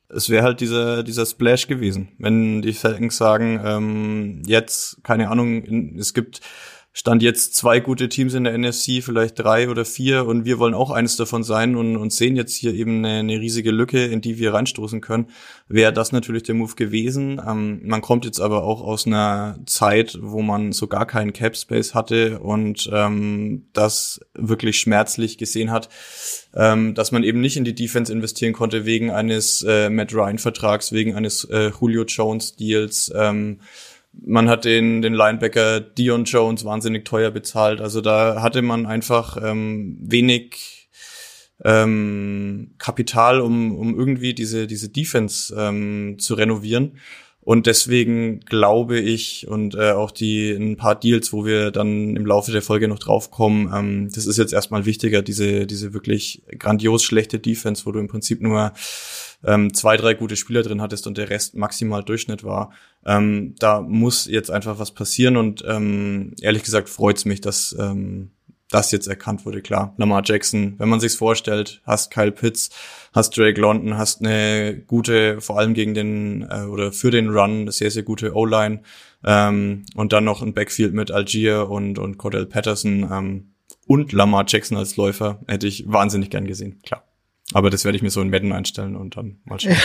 es wäre halt dieser dieser Splash gewesen, wenn die Falcons sagen, ähm, jetzt, keine Ahnung, in, es gibt Stand jetzt zwei gute Teams in der N F C, vielleicht drei oder vier und wir wollen auch eines davon sein und, und sehen jetzt hier eben eine, eine riesige Lücke, in die wir reinstoßen können, wäre das natürlich der Move gewesen. Ähm, man kommt jetzt aber auch aus einer Zeit, wo man so gar keinen Cap Space hatte und ähm, das wirklich schmerzlich gesehen hat, ähm, dass man eben nicht in die Defense investieren konnte wegen eines äh, Matt Ryan Vertrags, wegen eines äh, Julio Jones Deals. Ähm, Man hat den den Linebacker Dion Jones wahnsinnig teuer bezahlt. Also da hatte man einfach ähm, wenig ähm, Kapital, um um irgendwie diese diese Defense ähm, zu renovieren. Und deswegen glaube ich, und äh, auch die ein paar Deals, wo wir dann im Laufe der Folge noch draufkommen, ähm, das ist jetzt erstmal wichtiger, diese diese wirklich grandios schlechte Defense, wo du im Prinzip nur ähm, zwei, drei gute Spieler drin hattest und der Rest maximal Durchschnitt war. Ähm, da muss jetzt einfach was passieren und ähm, ehrlich gesagt freut's mich, dass ähm, das jetzt erkannt wurde. Klar, Lamar Jackson, wenn man sich's vorstellt, hast Kyle Pitts, hast Drake London, hast eine gute, vor allem gegen den äh, oder für den Run, eine sehr, sehr gute O-Line ähm, und dann noch ein Backfield mit Algier und und Cordell Patterson ähm, und Lamar Jackson als Läufer, hätte ich wahnsinnig gern gesehen, klar. Aber das werde ich mir so in Madden einstellen und dann mal schauen.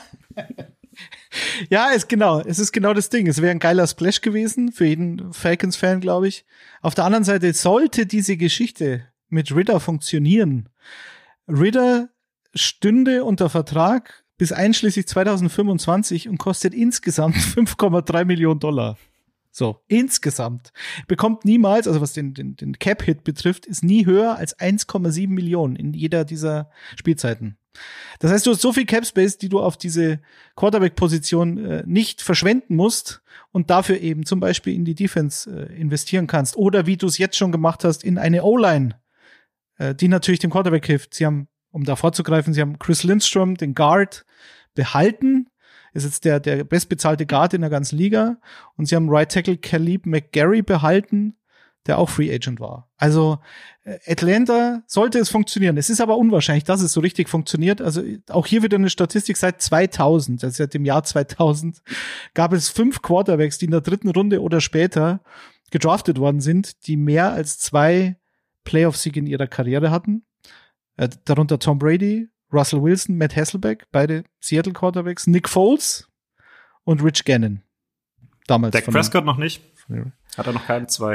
Ja, ist genau. Es ist genau das Ding. Es wäre ein geiler Splash gewesen für jeden Falcons-Fan, glaube ich. Auf der anderen Seite sollte diese Geschichte mit Ridder funktionieren. Ridder stünde unter Vertrag bis einschließlich zwanzig fünfundzwanzig und kostet insgesamt fünf Komma drei Millionen Dollar. So, insgesamt. Bekommt niemals, also was den, den, den Cap-Hit betrifft, ist nie höher als eins Komma sieben Millionen in jeder dieser Spielzeiten. Das heißt, du hast so viel Cap-Space, die du auf diese Quarterback-Position äh, nicht verschwenden musst und dafür eben zum Beispiel in die Defense äh, investieren kannst. Oder wie du es jetzt schon gemacht hast, in eine O-Line, äh, die natürlich dem Quarterback hilft. Sie haben, um da vorzugreifen, sie haben Chris Lindstrom, den Guard, behalten. Ist jetzt der, der bestbezahlte Guard in der ganzen Liga. Und sie haben Right Tackle Khalib McGarry behalten, der auch Free Agent war. Also äh, Atlanta sollte es funktionieren. Es ist aber unwahrscheinlich, dass es so richtig funktioniert. Also auch hier wieder eine Statistik seit zweitausend, also seit dem Jahr zweitausend, gab es fünf Quarterbacks, die in der dritten Runde oder später gedraftet worden sind, die mehr als zwei Playoff-Siege in ihrer Karriere hatten. Äh, darunter Tom Brady, Russell Wilson, Matt Hasselbeck, beide Seattle Quarterbacks, Nick Foles und Rich Gannon. Damals. Dak Prescott noch nicht. Hat er noch keine zwei?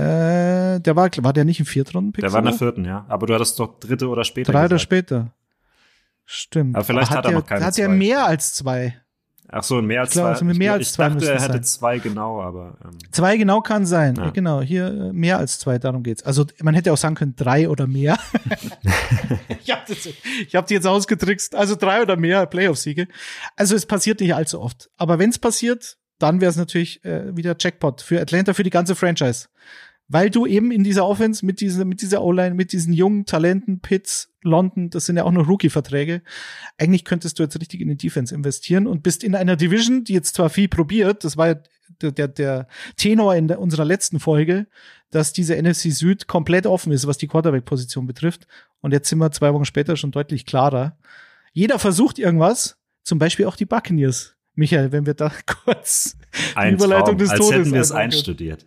Äh, der war, war der nicht im Viertrunden-Pick? Der war in der vierten, ja. Aber du hattest doch dritte oder später Drei gesagt. oder später. Stimmt. Aber vielleicht Aber hat, hat er der, noch keine hat zwei. Hat er mehr als zwei? Ach so, mehr als ich glaub, zwei. also mehr ich, als ich zwei dachte, er hätte sein. zwei genau, aber ähm. Zwei genau kann sein. Ja. Genau, hier äh, mehr als zwei, darum geht's. Also man hätte auch sagen können, drei oder mehr. ich habe hab die jetzt ausgetrickst. Also drei oder mehr Playoff-Siege. Also es passiert nicht allzu oft. Aber wenn es passiert, dann wäre es natürlich äh, wieder Jackpot für Atlanta, für die ganze Franchise. Weil du eben in dieser Offense mit dieser, mit dieser O-Line, mit diesen jungen Talenten, Pitts, London, das sind ja auch noch Rookie-Verträge. Eigentlich könntest du jetzt richtig in die Defense investieren und bist in einer Division, die jetzt zwar viel probiert, das war ja der, der, der Tenor in der, unserer letzten Folge, dass diese N F C Süd komplett offen ist, was die Quarterback-Position betrifft. Und jetzt sind wir zwei Wochen später schon deutlich klarer. Jeder versucht irgendwas, zum Beispiel auch die Buccaneers. Michael, wenn wir da kurz Ein die Überleitung Traum, des als Todes hätten wir es einbauen. einstudiert.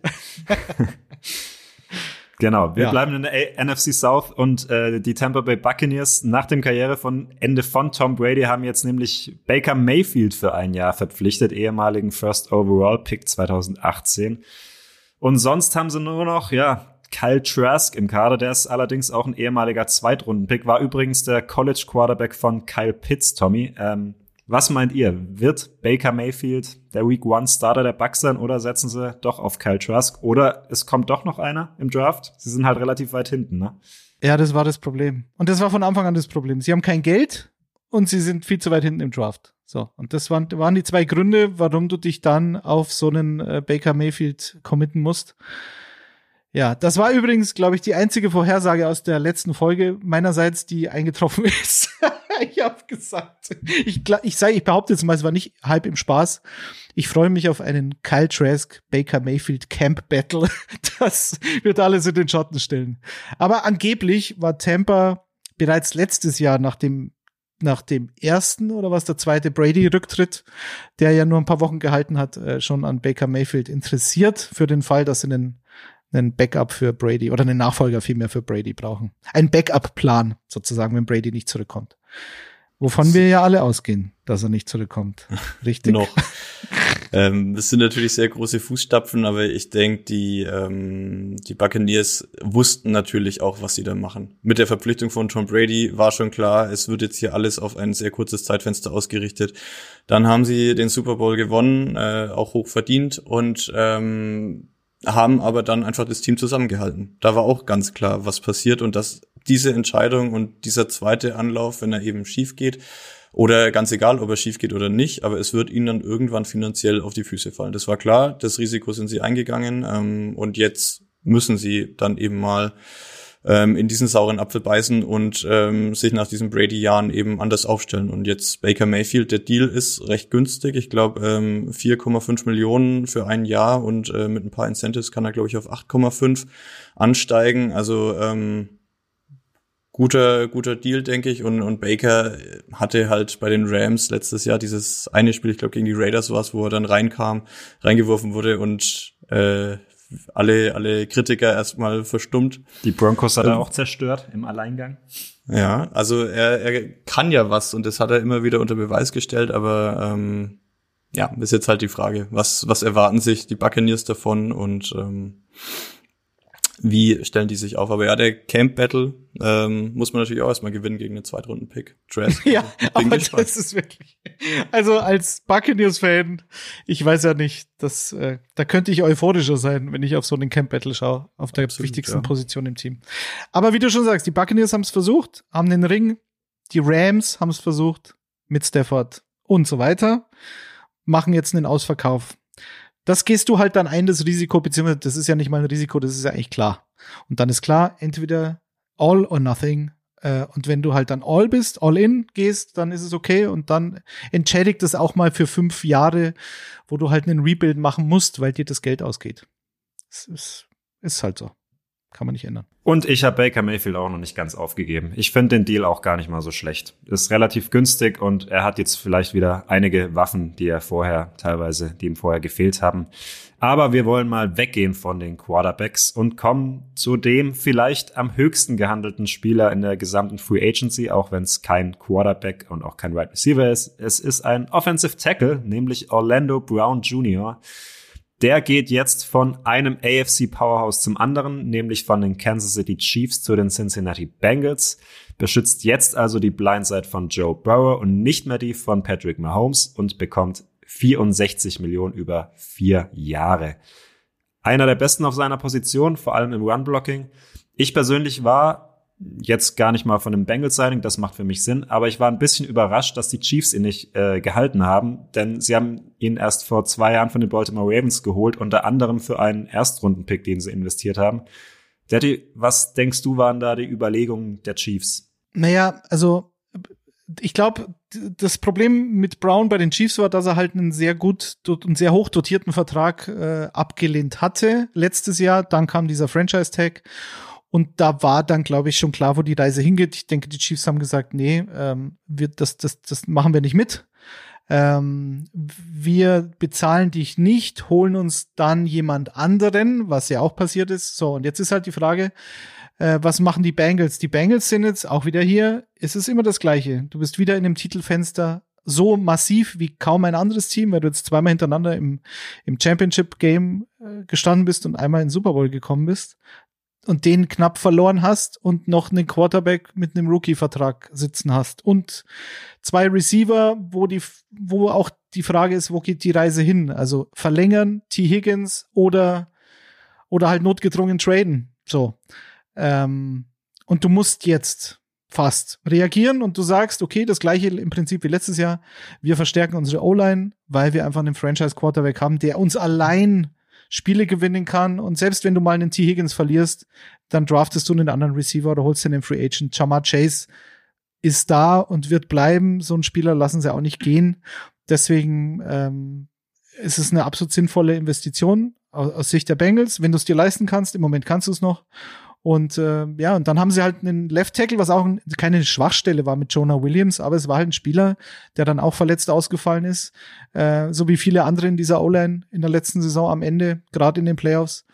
Genau, wir Ja. bleiben in der N F C South und äh, die Tampa Bay Buccaneers nach dem Karriere von Ende von Tom Brady haben jetzt nämlich Baker Mayfield für ein Jahr verpflichtet, ehemaligen First Overall Pick zwanzig achtzehn. Und sonst haben sie nur noch, ja, Kyle Trask im Kader, der ist allerdings auch ein ehemaliger Zweitrunden-Pick, war übrigens der College Quarterback von Kyle Pitts, Tommy. Ähm, Was meint ihr? Wird Baker Mayfield der Week One Starter der Bucs sein oder setzen sie doch auf Kyle Trask? Oder es kommt doch noch einer im Draft? Sie sind halt relativ weit hinten, ne? Ja, das war das Problem. Und das war von Anfang an das Problem. Sie haben kein Geld und sie sind viel zu weit hinten im Draft. So. Und das waren, waren die zwei Gründe, warum du dich dann auf so einen äh, Baker Mayfield committen musst. Ja, das war übrigens, glaube ich, die einzige Vorhersage aus der letzten Folge meinerseits, die eingetroffen ist. Ich habe gesagt, ich, ich sage, ich behaupte jetzt mal, es war nicht halb im Spaß. Ich freue mich auf einen Kyle Trask, Baker Mayfield Camp Battle. Das wird alles in den Schatten stellen. Aber angeblich war Tampa bereits letztes Jahr nach dem nach dem ersten oder was der zweite Brady-Rücktritt, der ja nur ein paar Wochen gehalten hat, äh, schon an Baker Mayfield interessiert für den Fall, dass sie einen, einen Backup für Brady oder einen Nachfolger vielmehr für Brady brauchen. Ein Backup-Plan sozusagen, wenn Brady nicht zurückkommt. Wovon wir ja alle ausgehen, dass er nicht zurückkommt. Richtig? Noch. ähm, das sind natürlich sehr große Fußstapfen, aber ich denke, die ähm, die Buccaneers wussten natürlich auch, was sie da machen. Mit der Verpflichtung von Tom Brady war schon klar, es wird jetzt hier alles auf ein sehr kurzes Zeitfenster ausgerichtet. Dann haben sie den Super Bowl gewonnen, äh, auch hoch verdient und ähm, haben aber dann einfach das Team zusammengehalten. Da war auch ganz klar, was passiert und dass diese Entscheidung und dieser zweite Anlauf, wenn er eben schief geht, oder ganz egal, ob er schief geht oder nicht, aber es wird ihnen dann irgendwann finanziell auf die Füße fallen. Das war klar, das Risiko sind sie eingegangen ähm, und jetzt müssen sie dann eben mal ähm, in diesen sauren Apfel beißen und ähm, sich nach diesen Brady-Jahren eben anders aufstellen. Und jetzt Baker Mayfield, der Deal ist recht günstig. Ich glaube ähm, vier Komma fünf Millionen für ein Jahr und äh, mit ein paar Incentives kann er, glaube ich, auf acht Komma fünf ansteigen. Also ähm, Guter, guter Deal, denke ich. Und, und Baker hatte halt bei den Rams letztes Jahr dieses eine Spiel, ich glaube gegen die Raiders war es, wo er dann reinkam, reingeworfen wurde und äh, alle, alle Kritiker erstmal verstummt. Die Broncos hat er ähm, auch zerstört im Alleingang. Ja, also er, er kann ja was und das hat er immer wieder unter Beweis gestellt, aber ähm, ja, ist jetzt halt die Frage, was, was erwarten sich die Buccaneers davon und ähm, wie stellen die sich auf? Aber ja, der Camp Battle ähm, muss man natürlich auch erstmal gewinnen gegen einen Zweitrunden-Pick. Trask. Ja, aber gespannt. Das ist wirklich, also als Buccaneers-Fan, ich weiß ja nicht, das, äh, da könnte ich euphorischer sein, wenn ich auf so einen Camp Battle schaue, auf der Absolut, wichtigsten ja. Position im Team. Aber wie du schon sagst, die Buccaneers haben es versucht, haben den Ring, die Rams haben es versucht, mit Stafford und so weiter, machen jetzt einen Ausverkauf. Das gehst du halt dann ein, das Risiko, beziehungsweise das ist ja nicht mal ein Risiko, das ist ja eigentlich klar. Und dann ist klar, entweder all or nothing. Äh, und wenn du halt dann all bist, all in gehst, dann ist es okay. Und dann entschädigt das auch mal für fünf Jahre, wo du halt einen Rebuild machen musst, weil dir das Geld ausgeht. Es ist, ist halt so. Kann man nicht ändern. Und ich habe Baker Mayfield auch noch nicht ganz aufgegeben. Ich finde den Deal auch gar nicht mal so schlecht. Ist relativ günstig und er hat jetzt vielleicht wieder einige Waffen, die er vorher teilweise, die ihm vorher gefehlt haben. Aber wir wollen mal weggehen von den Quarterbacks und kommen zu dem vielleicht am höchsten gehandelten Spieler in der gesamten Free Agency, auch wenn es kein Quarterback und auch kein Wide Receiver ist. Es ist ein Offensive Tackle, nämlich Orlando Brown Junior Der geht jetzt von einem A F C-Powerhouse zum anderen, nämlich von den Kansas City Chiefs zu den Cincinnati Bengals, beschützt jetzt also die Blindside von Joe Burrow und nicht mehr die von Patrick Mahomes und bekommt vierundsechzig Millionen über vier Jahre. Einer der Besten auf seiner Position, vor allem im Run-Blocking. Ich persönlich war jetzt gar nicht mal von dem Bengals-Signing, das macht für mich Sinn, aber ich war ein bisschen überrascht, dass die Chiefs ihn nicht äh, gehalten haben, denn sie haben ihn erst vor zwei Jahren von den Baltimore Ravens geholt, unter anderem für einen Erstrunden-Pick, den sie investiert haben. Daddy, was denkst du, waren da die Überlegungen der Chiefs? Naja, also ich glaube, das Problem mit Brown bei den Chiefs war, dass er halt einen sehr gut und sehr hoch dotierten Vertrag äh, abgelehnt hatte letztes Jahr. Dann kam dieser Franchise-Tag. Und da war dann, glaube ich, schon klar, wo die Reise hingeht. Ich denke, die Chiefs haben gesagt, nee, ähm, wir, das, das, das machen wir nicht mit. Ähm, wir bezahlen dich nicht, holen uns dann jemand anderen, was ja auch passiert ist. So, und jetzt ist halt die Frage, äh, was machen die Bengals? Die Bengals sind jetzt auch wieder hier. Es ist immer das Gleiche. Du bist wieder in dem Titelfenster so massiv wie kaum ein anderes Team, weil du jetzt zweimal hintereinander im, im Championship-Game äh, gestanden bist und einmal in den Super Bowl gekommen bist. Und den knapp verloren hast und noch einen Quarterback mit einem Rookie-Vertrag sitzen hast und zwei Receiver, wo die, wo auch die Frage ist, wo geht die Reise hin? Also verlängern, T. Higgins oder, oder halt notgedrungen traden. So. Ähm, und du musst jetzt fast reagieren und du sagst, okay, das gleiche im Prinzip wie letztes Jahr. Wir verstärken unsere O-Line, weil wir einfach einen Franchise-Quarterback haben, der uns allein Spiele gewinnen kann. Und selbst wenn du mal einen T. Higgins verlierst, dann draftest du einen anderen Receiver oder holst den Free Agent. Ja'Marr Chase ist da und wird bleiben. So einen Spieler lassen sie auch nicht gehen. Deswegen ähm, ist es eine absolut sinnvolle Investition aus, aus Sicht der Bengals, wenn du es dir leisten kannst. Im Moment kannst du es noch. Und äh, ja, und dann haben sie halt einen Left Tackle, was auch keine Schwachstelle war mit Jonah Williams, aber es war halt ein Spieler, der dann auch verletzt ausgefallen ist, äh, so wie viele andere in dieser O-Line in der letzten Saison am Ende, gerade in den Playoffs.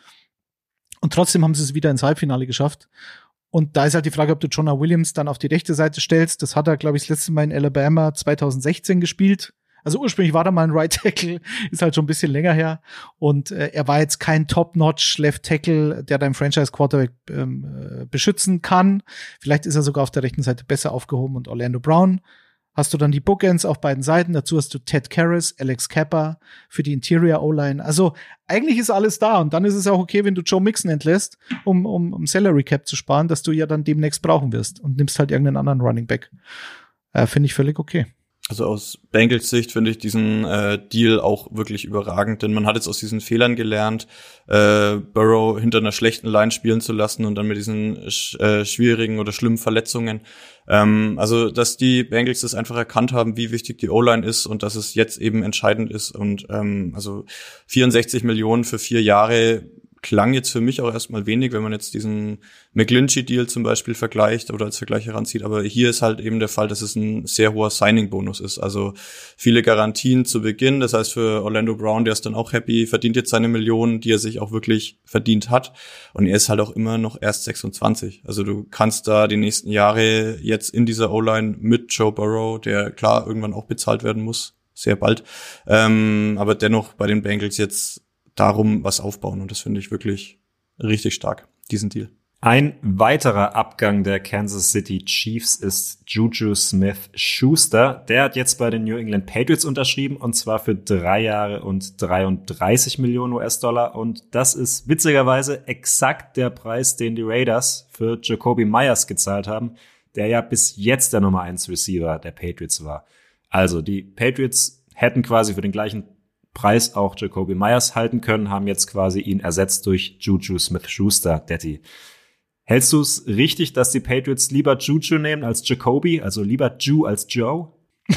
Und trotzdem haben sie es wieder ins Halbfinale geschafft. Und da ist halt die Frage, ob du Jonah Williams dann auf die rechte Seite stellst. Das hat er, glaube ich, das letzte Mal in Alabama zwanzig sechzehn gespielt. Also ursprünglich war da mal ein Right Tackle, ist halt schon ein bisschen länger her. Und äh, er war jetzt kein Top-Notch Left Tackle, der dein Franchise-Quarterback ähm, äh, beschützen kann. Vielleicht ist er sogar auf der rechten Seite besser aufgehoben. Und Orlando Brown, hast du dann die Bookends auf beiden Seiten. Dazu hast du Ted Karras, Alex Kappa für die Interior O-Line. Also eigentlich ist alles da. Und dann ist es auch okay, wenn du Joe Mixon entlässt, um, um, um Salary Cap zu sparen, dass du ja dann demnächst brauchen wirst. Und nimmst halt irgendeinen anderen Running Back. Äh, finde ich völlig okay. Also aus Bengals Sicht finde ich diesen äh, Deal auch wirklich überragend, denn man hat jetzt aus diesen Fehlern gelernt, äh, Burrow hinter einer schlechten Line spielen zu lassen und dann mit diesen sch- äh, schwierigen oder schlimmen Verletzungen. Ähm, also, dass die Bengals das einfach erkannt haben, wie wichtig die O-Line ist und dass es jetzt eben entscheidend ist. Und ähm, also vierundsechzig Millionen für vier Jahre klang jetzt für mich auch erstmal wenig, wenn man jetzt diesen McGlinchey-Deal zum Beispiel vergleicht oder als Vergleich heranzieht. Aber hier ist halt eben der Fall, dass es ein sehr hoher Signing-Bonus ist. Also viele Garantien zu Beginn. Das heißt, für Orlando Brown, der ist dann auch happy, verdient jetzt seine Millionen, die er sich auch wirklich verdient hat. Und er ist halt auch immer noch erst sechsundzwanzig. Also du kannst da die nächsten Jahre jetzt in dieser O-Line mit Joe Burrow, der klar irgendwann auch bezahlt werden muss, sehr bald, ähm, aber dennoch bei den Bengals jetzt darum was aufbauen. Und das finde ich wirklich richtig stark, diesen Deal. Ein weiterer Abgang der Kansas City Chiefs ist Juju Smith-Schuster. Der hat jetzt bei den New England Patriots unterschrieben, und zwar für drei Jahre und dreiunddreißig Millionen U S-Dollar. Und das ist witzigerweise exakt der Preis, den die Raiders für Jacoby Myers gezahlt haben, der ja bis jetzt der Nummer eins Receiver der Patriots war. Also die Patriots hätten quasi für den gleichen Preis auch Jacoby Myers halten können, haben jetzt quasi ihn ersetzt durch Juju Smith-Schuster, Detti. Hältst du es richtig, dass die Patriots lieber Juju nehmen als Jacoby, also lieber Ju als Joe?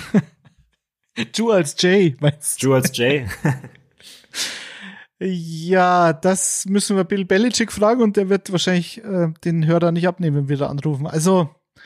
Ju als Jay, meinst du? Ju als Jay? Ja, das müssen wir Bill Belichick fragen, und der wird wahrscheinlich äh, den Hörer nicht abnehmen, wenn wir da anrufen. Also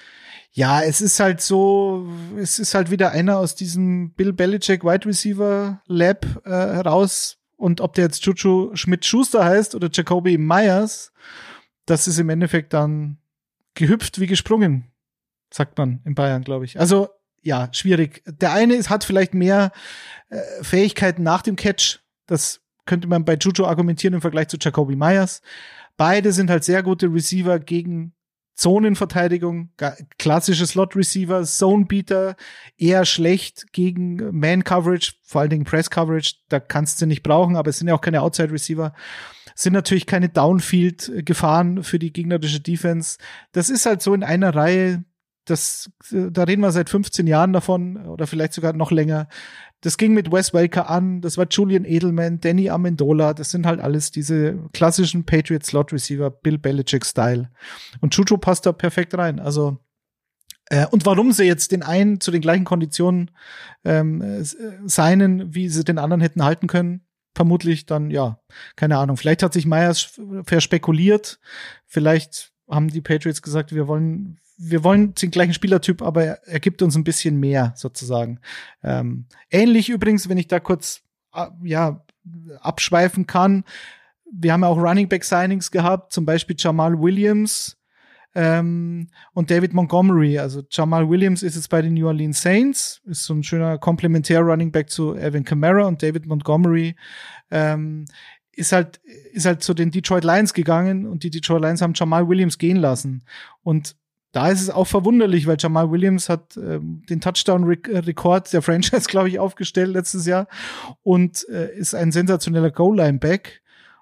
ja, es ist halt so, es ist halt wieder einer aus diesem Bill Belichick Wide Receiver Lab äh, heraus, und ob der jetzt Juju Smith-Schuster heißt oder Jacoby Myers, das ist im Endeffekt dann gehüpft wie gesprungen, sagt man in Bayern, glaube ich. Also ja, schwierig. Der eine ist, hat vielleicht mehr äh, Fähigkeiten nach dem Catch, das könnte man bei Juju argumentieren im Vergleich zu Jacoby Myers. Beide sind halt sehr gute Receiver gegen Zonenverteidigung, klassische Slot-Receiver, Zone-Beater, eher schlecht gegen Man-Coverage, vor allen Dingen Press-Coverage, da kannst du nicht brauchen, aber es sind ja auch keine Outside-Receiver, sind natürlich keine Downfield-Gefahren für die gegnerische Defense. Das ist halt so in einer Reihe, das, da reden wir seit fünfzehn Jahren davon, oder vielleicht sogar noch länger. Das ging mit Wes Welker an, das war Julian Edelman, Danny Amendola, das sind halt alles diese klassischen Patriot-Slot-Receiver, Bill Belichick-Style. Und Juju passt da perfekt rein. Also äh, und warum sie jetzt den einen zu den gleichen Konditionen ähm, äh, signen, wie sie den anderen hätten halten können, vermutlich dann, ja, keine Ahnung. Vielleicht hat sich Myers verspekuliert, vielleicht haben die Patriots gesagt, wir wollen wir wollen den gleichen Spielertyp, aber er, er gibt uns ein bisschen mehr, sozusagen. Ähm, ähnlich übrigens, wenn ich da kurz äh, ja abschweifen kann, wir haben ja auch Running Back Signings gehabt, zum Beispiel Jamal Williams ähm, und David Montgomery. Also Jamal Williams ist jetzt bei den New Orleans Saints, ist so ein schöner komplementär Running Back zu Alvin Kamara, und David Montgomery ähm, ist halt ist halt zu den Detroit Lions gegangen, und die Detroit Lions haben Jamal Williams gehen lassen. Und da ist es auch verwunderlich, weil Jamal Williams hat ähm, den Touchdown-Rekord der Franchise, glaube ich, aufgestellt letztes Jahr und äh, ist ein sensationeller Goal-Line-Back.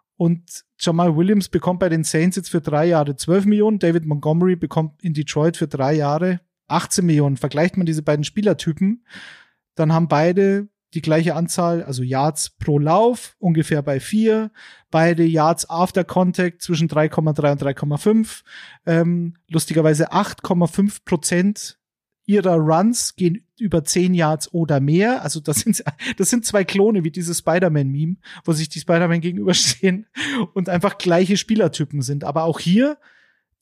Und Jamal Williams bekommt bei den Saints jetzt für drei Jahre zwölf Millionen. David Montgomery bekommt in Detroit für drei Jahre achtzehn Millionen. Vergleicht man diese beiden Spielertypen, dann haben beide die gleiche Anzahl, also Yards pro Lauf, ungefähr bei vier. Beide Yards after Contact zwischen drei Komma drei und drei Komma fünf. Ähm, lustigerweise acht Komma fünf Prozent ihrer Runs gehen über zehn Yards oder mehr. Also das sind, das sind zwei Klone wie dieses Spider-Man-Meme, wo sich die Spider-Man gegenüberstehen und einfach gleiche Spielertypen sind. Aber auch hier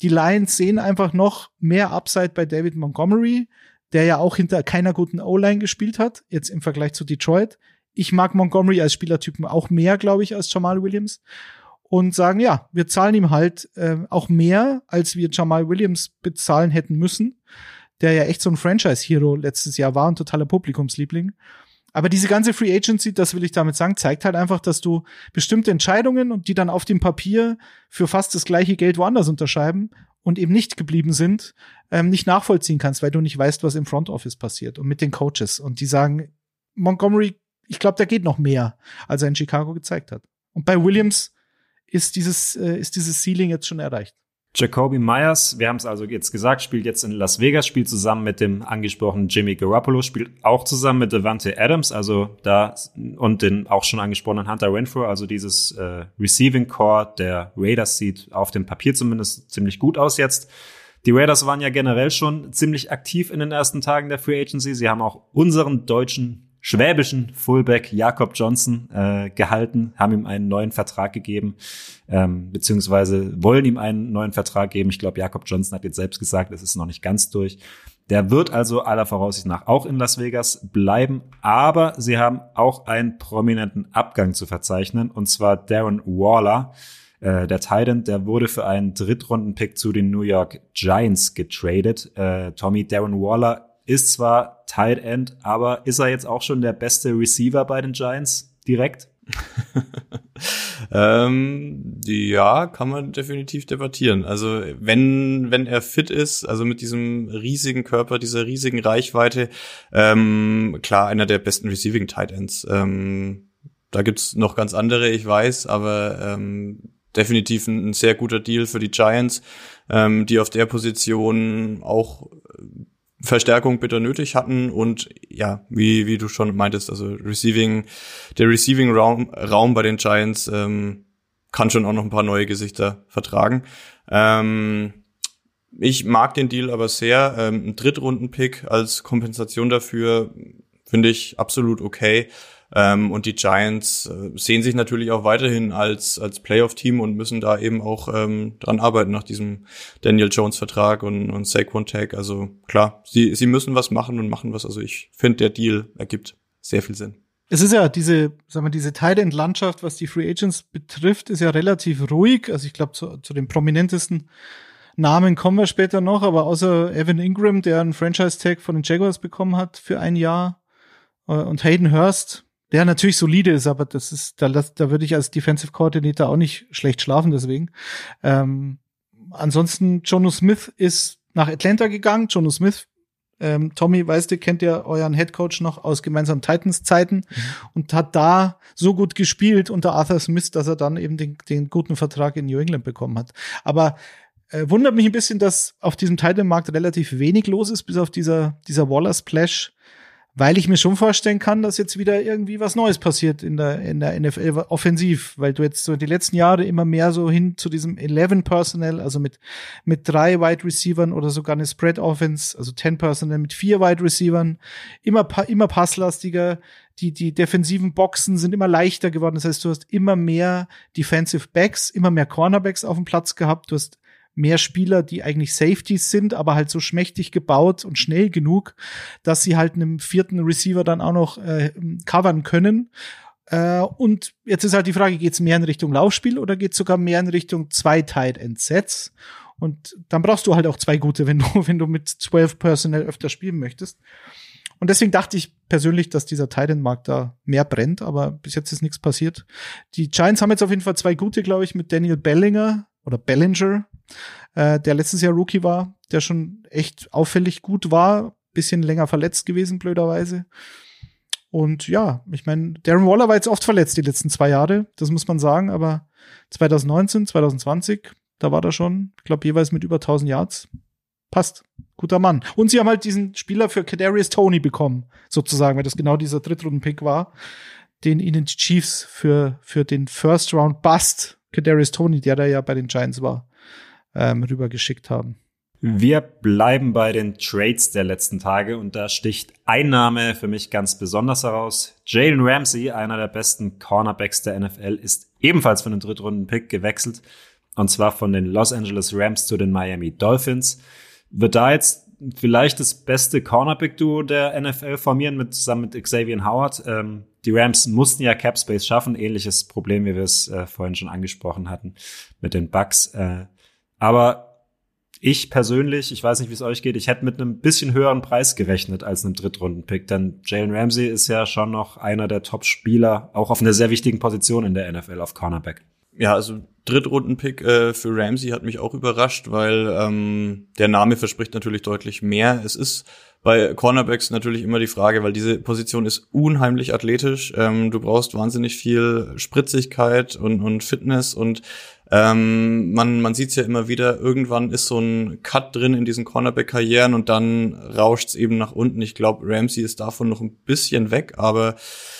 die Lions sehen einfach noch mehr Upside bei David Montgomery, der ja auch hinter keiner guten O-Line gespielt hat, jetzt im Vergleich zu Detroit. Ich mag Montgomery als Spielertypen auch mehr, glaube ich, als Jamal Williams. Und sagen, ja, wir zahlen ihm halt äh, auch mehr, als wir Jamal Williams bezahlen hätten müssen, der ja echt so ein Franchise-Hero letztes Jahr war, ein totaler Publikumsliebling. Aber diese ganze Free Agency, das will ich damit sagen, zeigt halt einfach, dass du bestimmte Entscheidungen und die dann auf dem Papier für fast das gleiche Geld woanders unterschreiben und eben nicht geblieben sind, ähm, nicht nachvollziehen kannst, weil du nicht weißt, was im Front Office passiert und mit den Coaches. Und die sagen, Montgomery, ich glaube, da geht noch mehr, als er in Chicago gezeigt hat. Und bei Williams ist dieses, äh, ist dieses Ceiling jetzt schon erreicht. Jacoby Myers, wir haben es also jetzt gesagt, spielt jetzt in Las Vegas, spielt zusammen mit dem angesprochenen Jimmy Garoppolo, spielt auch zusammen mit Davante Adams, also da und den auch schon angesprochenen Hunter Renfrow, also dieses äh, Receiving Core der Raiders sieht auf dem Papier zumindest ziemlich gut aus jetzt. Die Raiders waren ja generell schon ziemlich aktiv in den ersten Tagen der Free Agency. Sie haben auch unseren deutschen schwäbischen Fullback Jakob Johnson äh, gehalten, haben ihm einen neuen Vertrag gegeben, ähm, beziehungsweise wollen ihm einen neuen Vertrag geben. Ich glaube, Jakob Johnson hat jetzt selbst gesagt, es ist noch nicht ganz durch. Der wird also aller Voraussicht nach auch in Las Vegas bleiben, aber sie haben auch einen prominenten Abgang zu verzeichnen, und zwar Darren Waller. Äh, der Tight End, der wurde für einen Drittrunden-Pick zu den New York Giants getradet. Äh, Tommy, Darren Waller ist zwar Tight End, aber ist er jetzt auch schon der beste Receiver bei den Giants direkt? ähm, die, ja, kann man definitiv debattieren. Also wenn wenn er fit ist, also mit diesem riesigen Körper, dieser riesigen Reichweite, ähm, klar, einer der besten Receiving Tight Ends. Ähm, da gibt's noch ganz andere, ich weiß, aber ähm, definitiv ein, ein sehr guter Deal für die Giants, ähm, die auf der Position auch Verstärkung bitter nötig hatten und ja, wie wie du schon meintest, also Receiving, der Receiving Raum Raum bei den Giants ähm, kann schon auch noch ein paar neue Gesichter vertragen. Ähm, ich mag den Deal aber sehr. Ähm, ein Drittrunden-Pick als Kompensation dafür finde ich absolut okay. Ähm, und die Giants äh, sehen sich natürlich auch weiterhin als als Playoff-Team und müssen da eben auch ähm, dran arbeiten nach diesem Daniel Jones-Vertrag und, und Saquon Tag. Also klar, sie sie müssen was machen und machen was. Also ich finde, der Deal ergibt sehr viel Sinn. Es ist ja diese, sagen wir, diese Tight End Landschaft, was die Free Agents betrifft, ist ja relativ ruhig. Also ich glaube, zu, zu den prominentesten Namen kommen wir später noch, aber außer Evan Ingram, der einen Franchise-Tag von den Jaguars bekommen hat für ein Jahr, äh, und Hayden Hurst, der natürlich solide ist, aber das ist, da, da würde ich als Defensive Coordinator auch nicht schlecht schlafen, deswegen. Ähm, ansonsten, Jonnu Smith ist nach Atlanta gegangen. Jonnu Smith, ähm, Tommy, weißt du, kennt ja euren Headcoach noch aus gemeinsamen Titans-Zeiten, mhm. und hat da so gut gespielt unter Arthur Smith, dass er dann eben den, den guten Vertrag in New England bekommen hat. Aber äh, wundert mich ein bisschen, dass auf diesem Titan-Markt relativ wenig los ist, bis auf dieser, dieser Waller-Splash, weil ich mir schon vorstellen kann, dass jetzt wieder irgendwie was Neues passiert in der, in der N F L offensiv, weil du jetzt so die letzten Jahre immer mehr so hin zu diesem elf Personnel, also mit, mit drei Wide Receivern oder sogar eine Spread Offense, also zehn Personnel mit vier Wide Receivern, immer, immer passlastiger, die, die defensiven Boxen sind immer leichter geworden, das heißt, du hast immer mehr Defensive Backs, immer mehr Cornerbacks auf dem Platz gehabt, du hast mehr Spieler, die eigentlich Safeties sind, aber halt so schmächtig gebaut und schnell genug, dass sie halt einem vierten Receiver dann auch noch äh, covern können. Äh, und jetzt ist halt die Frage, geht's mehr in Richtung Laufspiel oder geht's sogar mehr in Richtung zwei Tight End Sets? Und dann brauchst du halt auch zwei gute, wenn du, wenn du mit zwölf Personnel öfter spielen möchtest. Und deswegen dachte ich persönlich, dass dieser Tight End Markt da mehr brennt, aber bis jetzt ist nichts passiert. Die Giants haben jetzt auf jeden Fall zwei gute, glaube ich, mit Daniel Bellinger oder Bellinger, äh, der letztes Jahr Rookie war, der schon echt auffällig gut war, bisschen länger verletzt gewesen, blöderweise. Und ja, ich meine, Darren Waller war jetzt oft verletzt die letzten zwei Jahre, das muss man sagen, aber zwanzig neunzehn, zwanzig zwanzig, da war er schon, ich glaube, jeweils mit über tausend Yards. Passt. Guter Mann. Und sie haben halt diesen Spieler für Kadarius Toney bekommen, sozusagen, weil das genau dieser Drittrunden-Pick war, den ihnen die Chiefs für, für den First-Round-Bust Kadarius Toney, der da ja bei den Giants war, ähm, rübergeschickt haben. Wir bleiben bei den Trades der letzten Tage und da sticht ein Name für mich ganz besonders heraus. Jalen Ramsey, einer der besten Cornerbacks der N F L, ist ebenfalls für einen Drittrunden-Pick gewechselt und zwar von den Los Angeles Rams zu den Miami Dolphins. Wird da jetzt vielleicht das beste Cornerback-Duo der N F L formieren, mit, zusammen mit Xavier Howard. Ähm, die Rams mussten ja Cap Space schaffen, ähnliches Problem, wie wir es äh, vorhin schon angesprochen hatten mit den Bucks. Äh, aber ich persönlich, ich weiß nicht, wie es euch geht, ich hätte mit einem bisschen höheren Preis gerechnet als einem Drittrunden-Pick, denn Jalen Ramsey ist ja schon noch einer der Top-Spieler, auch auf einer sehr wichtigen Position in der N F L auf Cornerback. Ja, also Drittrunden-Pick äh, für Ramsey hat mich auch überrascht, weil ähm, der Name verspricht natürlich deutlich mehr. Es ist bei Cornerbacks natürlich immer die Frage, weil diese Position ist unheimlich athletisch. Ähm, du brauchst wahnsinnig viel Spritzigkeit und, und Fitness und Ähm, man man sieht's ja immer wieder, irgendwann ist so ein Cut drin in diesen Cornerback-Karrieren und dann rauscht's eben nach unten. Ich glaube, Ramsey ist davon noch ein bisschen weg, aber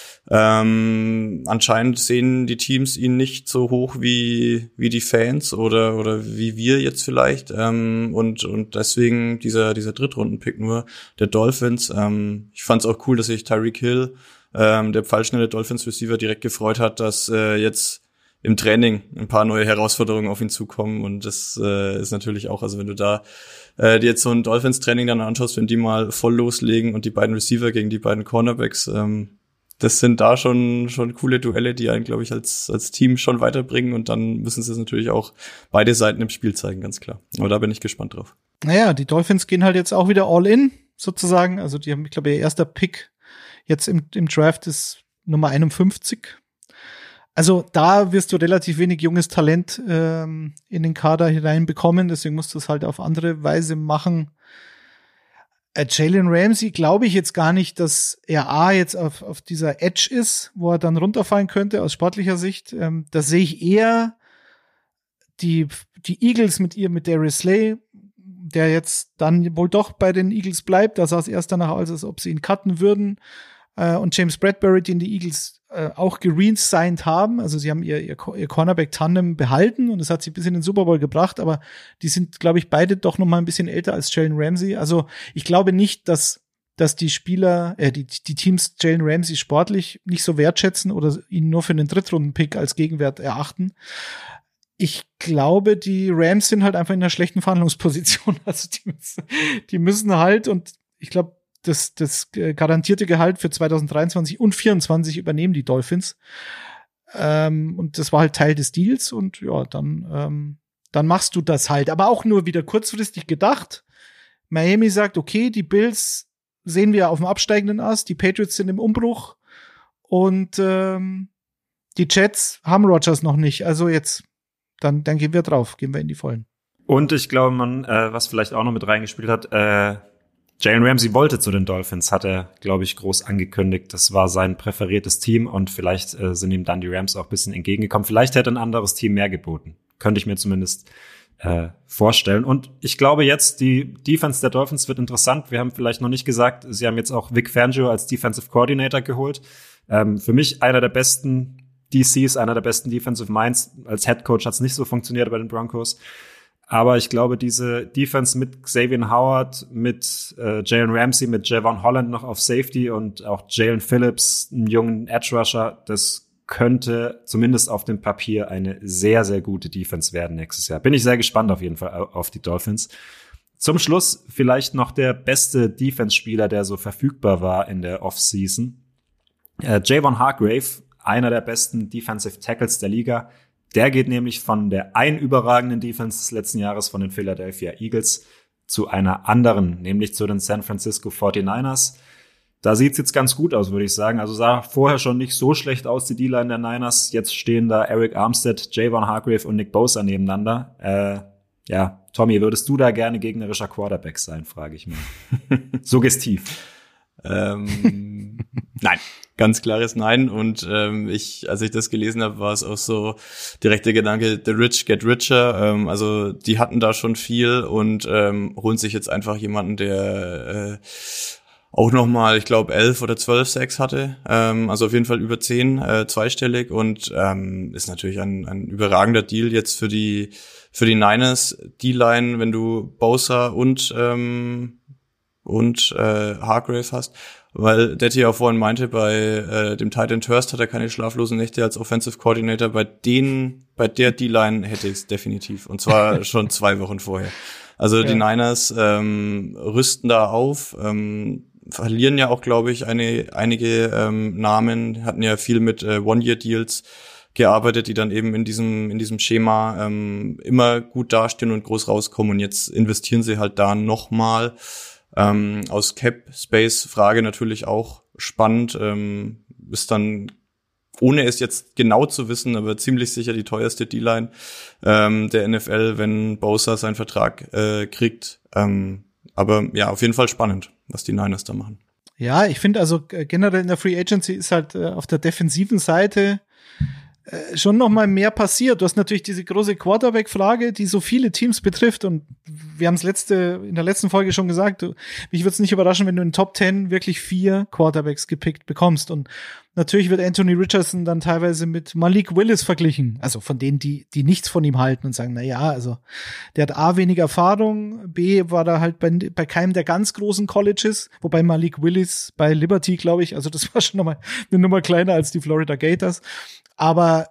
ähm, anscheinend sehen die Teams ihn nicht so hoch wie wie die Fans oder oder wie wir jetzt vielleicht ähm, und und deswegen dieser dieser Drittrunden-Pick nur der Dolphins. Ähm, ich fand's auch cool, dass sich Tyreek Hill, ähm, der pfeilschnelle Dolphins-Receiver, direkt gefreut hat, dass äh, jetzt im Training ein paar neue Herausforderungen auf ihn zukommen und das äh, ist natürlich auch, also wenn du da äh, dir jetzt so ein Dolphins-Training dann anschaust, wenn die mal voll loslegen und die beiden Receiver gegen die beiden Cornerbacks, ähm, das sind da schon schon coole Duelle, die einen, glaube ich, als als Team schon weiterbringen und dann müssen sie es natürlich auch beide Seiten im Spiel zeigen, ganz klar. Aber da bin ich gespannt drauf. Naja, die Dolphins gehen halt jetzt auch wieder all in, sozusagen. Also die haben, ich glaube, ihr erster Pick jetzt im, im Draft ist Nummer einundfünfzig. Also da wirst du relativ wenig junges Talent ähm, in den Kader hineinbekommen, deswegen musst du es halt auf andere Weise machen. Äh, Jalen Ramsey glaube ich jetzt gar nicht, dass er A jetzt auf, auf dieser Edge ist, wo er dann runterfallen könnte aus sportlicher Sicht. Ähm, da sehe ich eher die, die Eagles mit ihr, mit Darius Slay, der jetzt dann wohl doch bei den Eagles bleibt. Da sah es erst danach aus, als ob sie ihn cutten würden. Äh, und James Bradbury, den die Eagles äh, auch geresigned haben. Also sie haben ihr, ihr, ihr Cornerback-Tandem behalten und das hat sie bis in den Super Bowl gebracht, aber die sind, glaube ich, beide doch noch mal ein bisschen älter als Jalen Ramsey. Also ich glaube nicht, dass dass die Spieler, äh, die, die Teams Jalen Ramsey sportlich nicht so wertschätzen oder ihn nur für einen Drittrunden-Pick als Gegenwert erachten. Ich glaube, die Rams sind halt einfach in einer schlechten Verhandlungsposition. Also die müssen, die müssen halt, und ich glaube, das, das garantierte Gehalt für zwanzig dreiundzwanzig und vierundzwanzig übernehmen die Dolphins. Ähm, und das war halt Teil des Deals und ja, dann, ähm, dann machst du das halt. Aber auch nur wieder kurzfristig gedacht. Miami sagt, okay, die Bills sehen wir auf dem absteigenden Ast, die Patriots sind im Umbruch und ähm, die Jets haben Rodgers noch nicht. Also jetzt, dann, dann gehen wir drauf, gehen wir in die Vollen. Und ich glaube, man, äh, was vielleicht auch noch mit reingespielt hat, äh, Jalen Ramsey wollte zu den Dolphins, hat er, glaube ich, groß angekündigt. Das war sein präferiertes Team und vielleicht äh, sind ihm dann die Rams auch ein bisschen entgegengekommen. Vielleicht hätte ein anderes Team mehr geboten. Könnte ich mir zumindest äh, vorstellen. Und ich glaube jetzt, die Defense der Dolphins wird interessant. Wir haben vielleicht noch nicht gesagt, sie haben jetzt auch Vic Fangio als Defensive Coordinator geholt. Ähm, für mich einer der besten D Cs, einer der besten Defensive Minds. Als Head Coach hat es nicht so funktioniert bei den Broncos. Aber ich glaube, diese Defense mit Xavier Howard, mit äh, Jalen Ramsey, mit Javon Holland noch auf Safety und auch Jalen Phillips, einen jungen Edge Rusher, das könnte zumindest auf dem Papier eine sehr, sehr gute Defense werden nächstes Jahr. Bin ich sehr gespannt auf jeden Fall auf die Dolphins. Zum Schluss vielleicht noch der beste Defense-Spieler, der so verfügbar war in der Offseason. Äh, Javon Hargrave, einer der besten Defensive Tackles der Liga. Der geht nämlich von der einen überragenden Defense des letzten Jahres von den Philadelphia Eagles zu einer anderen, nämlich zu den San Francisco forty-niners. Da sieht's jetzt ganz gut aus, würde ich sagen. Also sah vorher schon nicht so schlecht aus, die D-Line der Niners. Jetzt stehen da Eric Armstead, Javon Hargrave und Nick Bosa nebeneinander. Äh, ja, Tommy, würdest du da gerne gegnerischer Quarterback sein, frage ich mal. Suggestiv. ähm, nein, ganz klares Nein. Und ähm, ich, als ich das gelesen habe, war es auch so direkt der Gedanke, the rich get richer. Ähm, also die hatten da schon viel und ähm, holen sich jetzt einfach jemanden, der äh, auch nochmal, ich glaube, elf oder zwölf Sacks hatte. Ähm, also auf jeden Fall über zehn, äh, zweistellig und ähm, ist natürlich ein, ein überragender Deal jetzt für die für die Niners. D-Line, wenn du Bosa und ähm, und äh, Hargrave hast. weil Detti ja vorhin meinte, bei äh, dem Tight End Hurst hat er keine schlaflosen Nächte als Offensive Coordinator. Bei denen, bei der D-Line hätte ich es definitiv. Und zwar schon zwei Wochen vorher. Also ja. Die Niners ähm, rüsten da auf, ähm, verlieren ja auch, glaube ich, eine einige ähm, Namen, hatten ja viel mit äh, One-Year-Deals gearbeitet, die dann eben in diesem in diesem Schema ähm, immer gut dastehen und groß rauskommen. Und jetzt investieren sie halt da nochmal. Ähm, aus Cap-Space-Frage natürlich auch spannend. Ähm, ist dann, ohne es jetzt genau zu wissen, aber ziemlich sicher die teuerste D-Line ähm, der N F L, wenn Bosa seinen Vertrag äh, kriegt. Ähm, aber ja, auf jeden Fall spannend, was die Niners da machen. Ja, ich finde also generell in der Free Agency ist halt äh, auf der defensiven Seite äh, schon noch mal mehr passiert. Du hast natürlich diese große Quarterback-Frage, die so viele Teams betrifft, und wir haben es letzte in der letzten Folge schon gesagt, du, mich würde es nicht überraschen, wenn du in den Top Ten wirklich vier Quarterbacks gepickt bekommst, und natürlich wird Anthony Richardson dann teilweise mit Malik Willis verglichen, also von denen, die die nichts von ihm halten und sagen, na ja, also der hat A, wenig Erfahrung, B, war da halt bei, bei keinem der ganz großen Colleges, wobei Malik Willis bei Liberty, glaube ich, also das war schon nochmal eine Nummer kleiner als die Florida Gators, aber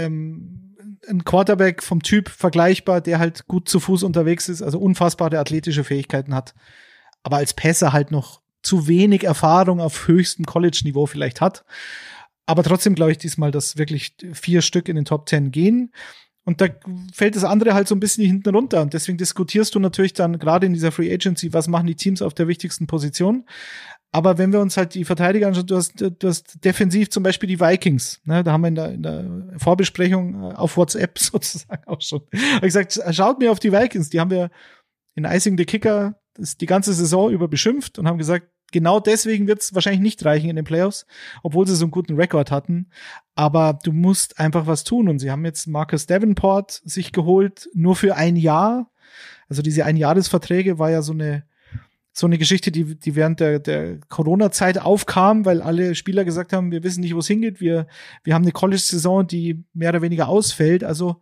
ähm, ein Quarterback vom Typ vergleichbar, der halt gut zu Fuß unterwegs ist, also unfassbare athletische Fähigkeiten hat, aber als Passer halt noch zu wenig Erfahrung auf höchstem College-Niveau vielleicht hat. Aber trotzdem glaube ich diesmal, dass wirklich vier Stück in den Top Ten gehen. Und da fällt das andere halt so ein bisschen hinten runter. Und deswegen diskutierst du natürlich dann gerade in dieser Free Agency, was machen die Teams auf der wichtigsten Position. Aber wenn wir uns halt die Verteidiger anschauen, du hast, du hast defensiv zum Beispiel die Vikings, ne, da haben wir in der, in der Vorbesprechung auf WhatsApp sozusagen auch schon gesagt, schaut mir auf die Vikings, die haben wir in Icing the Kicker das die ganze Saison über beschimpft und haben gesagt, genau deswegen wird es wahrscheinlich nicht reichen in den Playoffs, obwohl sie so einen guten Rekord hatten. Aber du musst einfach was tun. Und sie haben jetzt Marcus Davenport sich geholt, nur für ein Jahr. Also diese Einjahresverträge war ja so eine so eine Geschichte, die die während der der Corona-Zeit aufkam, weil alle Spieler gesagt haben, wir wissen nicht, wo es hingeht. Wir wir haben eine College-Saison, die mehr oder weniger ausfällt. Also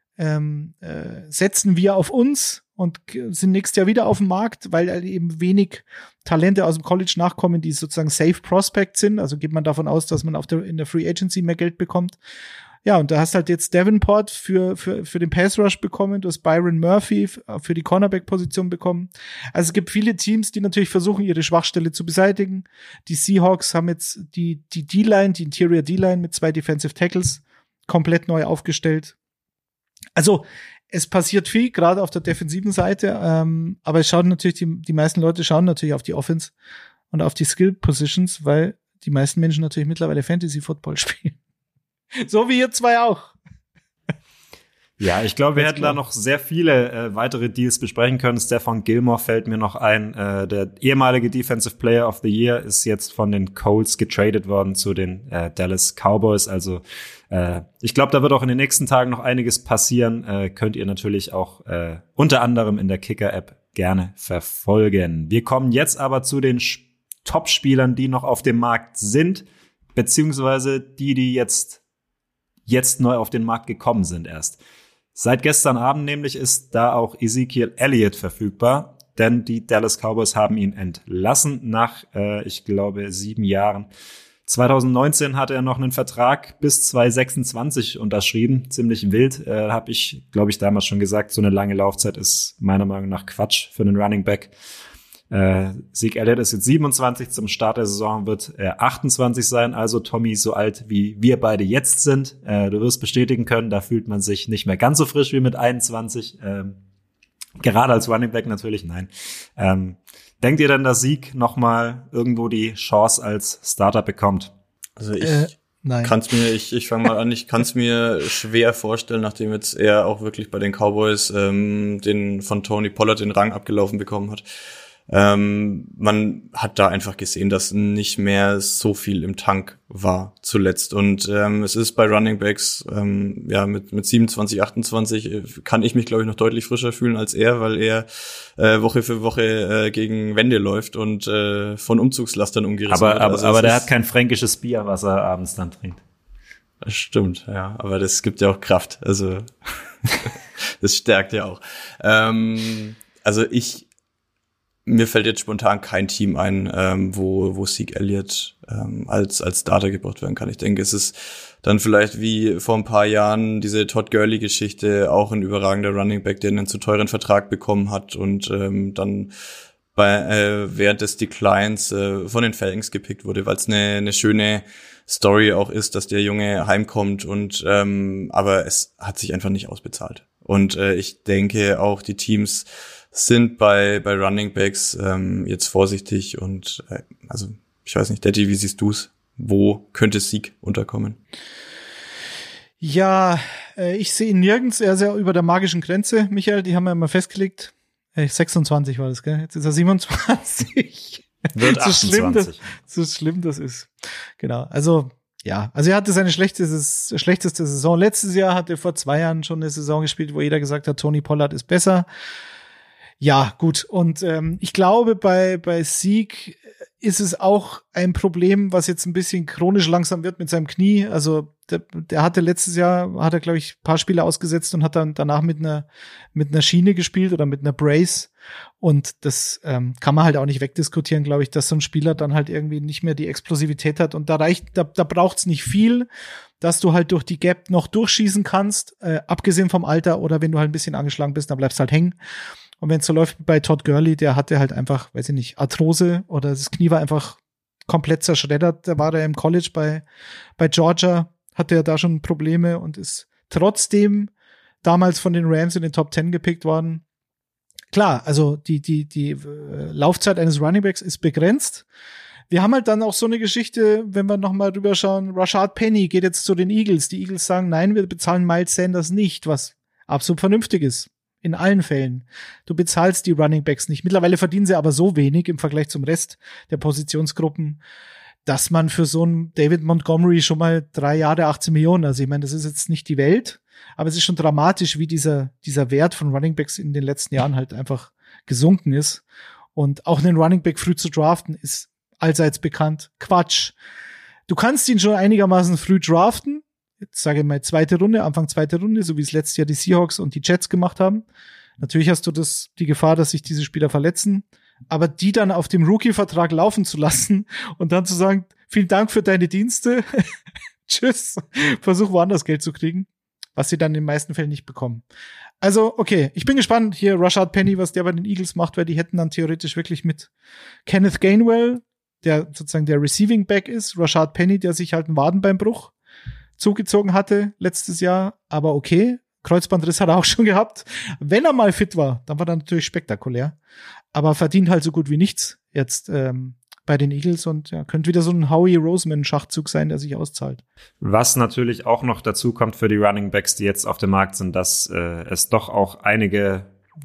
ähm, äh, setzen wir auf uns und sind nächstes Jahr wieder auf dem Markt, weil eben wenig Talente aus dem College nachkommen, die sozusagen Safe Prospect sind. Also geht man davon aus, dass man auf der, in der Free Agency mehr Geld bekommt. Ja, und da hast halt jetzt Davenport für, für, für den Pass Rush bekommen. Du hast Byron Murphy für die Cornerback-Position bekommen. Also es gibt viele Teams, die natürlich versuchen, ihre Schwachstelle zu beseitigen. Die Seahawks haben jetzt die, die D-Line, die Interior D-Line mit zwei Defensive Tackles komplett neu aufgestellt. Also, es passiert viel, gerade auf der defensiven Seite, ähm, aber es schauen natürlich, die, die meisten Leute schauen natürlich auf die Offense und auf die Skill Positions, weil die meisten Menschen natürlich mittlerweile Fantasy Football spielen. So wie ihr zwei auch. Ja, ich glaube, wir hätten da noch sehr viele äh, weitere Deals besprechen können. Stephon Gilmore fällt mir noch ein. Äh, der ehemalige Defensive Player of the Year ist jetzt von den Colts getradet worden zu den äh, Dallas Cowboys. Also äh, ich glaube, da wird auch in den nächsten Tagen noch einiges passieren. Äh, könnt ihr natürlich auch äh, unter anderem in der Kicker-App gerne verfolgen. Wir kommen jetzt aber zu den Sch- Top-Spielern, die noch auf dem Markt sind, beziehungsweise die, die jetzt, jetzt neu auf den Markt gekommen sind erst. Seit gestern Abend nämlich ist da auch Ezekiel Elliott verfügbar, denn die Dallas Cowboys haben ihn entlassen nach, äh, ich glaube, sieben Jahren. zwanzig neunzehn hatte er noch einen Vertrag bis zwanzig sechsundzwanzig unterschrieben, ziemlich wild, äh, habe ich, glaube ich, damals schon gesagt, so eine lange Laufzeit ist meiner Meinung nach Quatsch für einen Running Back. Äh, Zeke Elliott ist jetzt siebenundzwanzig, zum Start der Saison wird er achtundzwanzig sein, also Tommy so alt wie wir beide jetzt sind. Äh, du wirst bestätigen können, da fühlt man sich nicht mehr ganz so frisch wie mit einundzwanzig. Ähm, gerade als Running Back natürlich, nein. Ähm, denkt ihr denn, dass Zeke nochmal irgendwo die Chance als Starter bekommt? Also ich äh, nein. kann's mir, ich, ich fange mal an, ich kann's mir schwer vorstellen, nachdem jetzt er auch wirklich bei den Cowboys ähm, den von Tony Pollard den Rang abgelaufen bekommen hat. Ähm, man hat da einfach gesehen, dass nicht mehr so viel im Tank war zuletzt. Und ähm, es ist bei Running Backs, ähm, ja, mit mit siebenundzwanzig, achtundzwanzig äh, kann ich mich, glaube ich, noch deutlich frischer fühlen als er, weil er äh, Woche für Woche äh, gegen Wände läuft und äh, von Umzugslastern umgerissen aber, wird. Aber, also aber der hat kein fränkisches Bier, was er abends dann trinkt. Das stimmt, ja. Aber das gibt ja auch Kraft. Also das stärkt ja auch. Ähm, also ich mir fällt jetzt spontan kein Team ein, ähm, wo wo Zeke Elliott ähm, als als Starter gebraucht werden kann. Ich denke, es ist dann vielleicht wie vor ein paar Jahren diese Todd Gurley-Geschichte, auch ein überragender Running Back, der einen zu teuren Vertrag bekommen hat und ähm, dann bei äh, während des Declines äh, von den Falcons gepickt wurde, weil es eine eine schöne Story auch ist, dass der Junge heimkommt und ähm, aber es hat sich einfach nicht ausbezahlt. Und äh, ich denke auch die Teams sind bei bei Running Backs ähm, jetzt vorsichtig und äh, also ich weiß nicht, Daddy, wie siehst du's? Wo könnte Zeke unterkommen? Ja, äh, ich sehe ihn nirgends. Er ist ja über der magischen Grenze, Michael, die haben wir immer festgelegt. Äh, sechsundzwanzig war das, gell? Jetzt ist er siebenundzwanzig. Wird so schlimm, das, achtundzwanzig. so schlimm das ist. Genau. Also, ja. Also, er hatte seine schlechteste, schlechteste Saison. Letztes Jahr hat er vor zwei Jahren schon eine Saison gespielt, wo jeder gesagt hat, Tony Pollard ist besser. Ja, gut. Und ähm, ich glaube, bei bei Zeke ist es auch ein Problem, was jetzt ein bisschen chronisch langsam wird mit seinem Knie. Also der, der hatte letztes Jahr, hat er, glaube ich, ein paar Spiele ausgesetzt und hat dann danach mit einer mit einer Schiene gespielt oder mit einer Brace. Und das ähm, kann man halt auch nicht wegdiskutieren, glaube ich, dass so ein Spieler dann halt irgendwie nicht mehr die Explosivität hat. Und da reicht, da, da braucht's nicht viel, dass du halt durch die Gap noch durchschießen kannst, äh, abgesehen vom Alter, oder wenn du halt ein bisschen angeschlagen bist, dann bleibst du halt hängen. Und wenn es so läuft bei Todd Gurley, der hatte halt einfach, weiß ich nicht, Arthrose oder das Knie war einfach komplett zerschreddert. Da war er im College bei bei Georgia, hatte er da schon Probleme und ist trotzdem damals von den Rams in den Top Ten gepickt worden. Klar, also die die die äh, Laufzeit eines Runningbacks ist begrenzt. Wir haben halt dann auch so eine Geschichte, wenn wir noch mal rüberschauen, Rashad Penny geht jetzt zu den Eagles. Die Eagles sagen, nein, wir bezahlen Miles Sanders nicht, was absolut vernünftig ist. In allen Fällen. Du bezahlst die Running Backs nicht. Mittlerweile verdienen sie aber so wenig im Vergleich zum Rest der Positionsgruppen, dass man für so einen David Montgomery schon mal drei Jahre achtzehn Millionen, also ich meine, das ist jetzt nicht die Welt, aber es ist schon dramatisch, wie dieser dieser Wert von Running Backs in den letzten Jahren halt einfach gesunken ist. Und auch einen Running Back früh zu draften ist allseits bekannt Quatsch. Du kannst ihn schon einigermaßen früh draften, jetzt sage ich mal zweite Runde, Anfang zweite Runde, so wie es letztes Jahr die Seahawks und die Jets gemacht haben. Natürlich hast du das die Gefahr, dass sich diese Spieler verletzen, aber die dann auf dem Rookie-Vertrag laufen zu lassen und dann zu sagen, vielen Dank für deine Dienste, tschüss, versuch woanders Geld zu kriegen, was sie dann in den meisten Fällen nicht bekommen. Also, okay, ich bin gespannt, hier Rashad Penny, was der bei den Eagles macht, weil die hätten dann theoretisch wirklich mit Kenneth Gainwell, der sozusagen der Receiving Back ist, Rashad Penny, der sich halt einen Wadenbeinbruch zugezogen hatte letztes Jahr, aber okay, Kreuzbandriss hat er auch schon gehabt. Wenn er mal fit war, dann war er natürlich spektakulär, aber verdient halt so gut wie nichts jetzt ähm, bei den Eagles und ja, könnte wieder so ein Howie Roseman-Schachzug sein, der sich auszahlt. Was natürlich auch noch dazu kommt für die Running Backs, die jetzt auf dem Markt sind, dass äh, es doch auch einige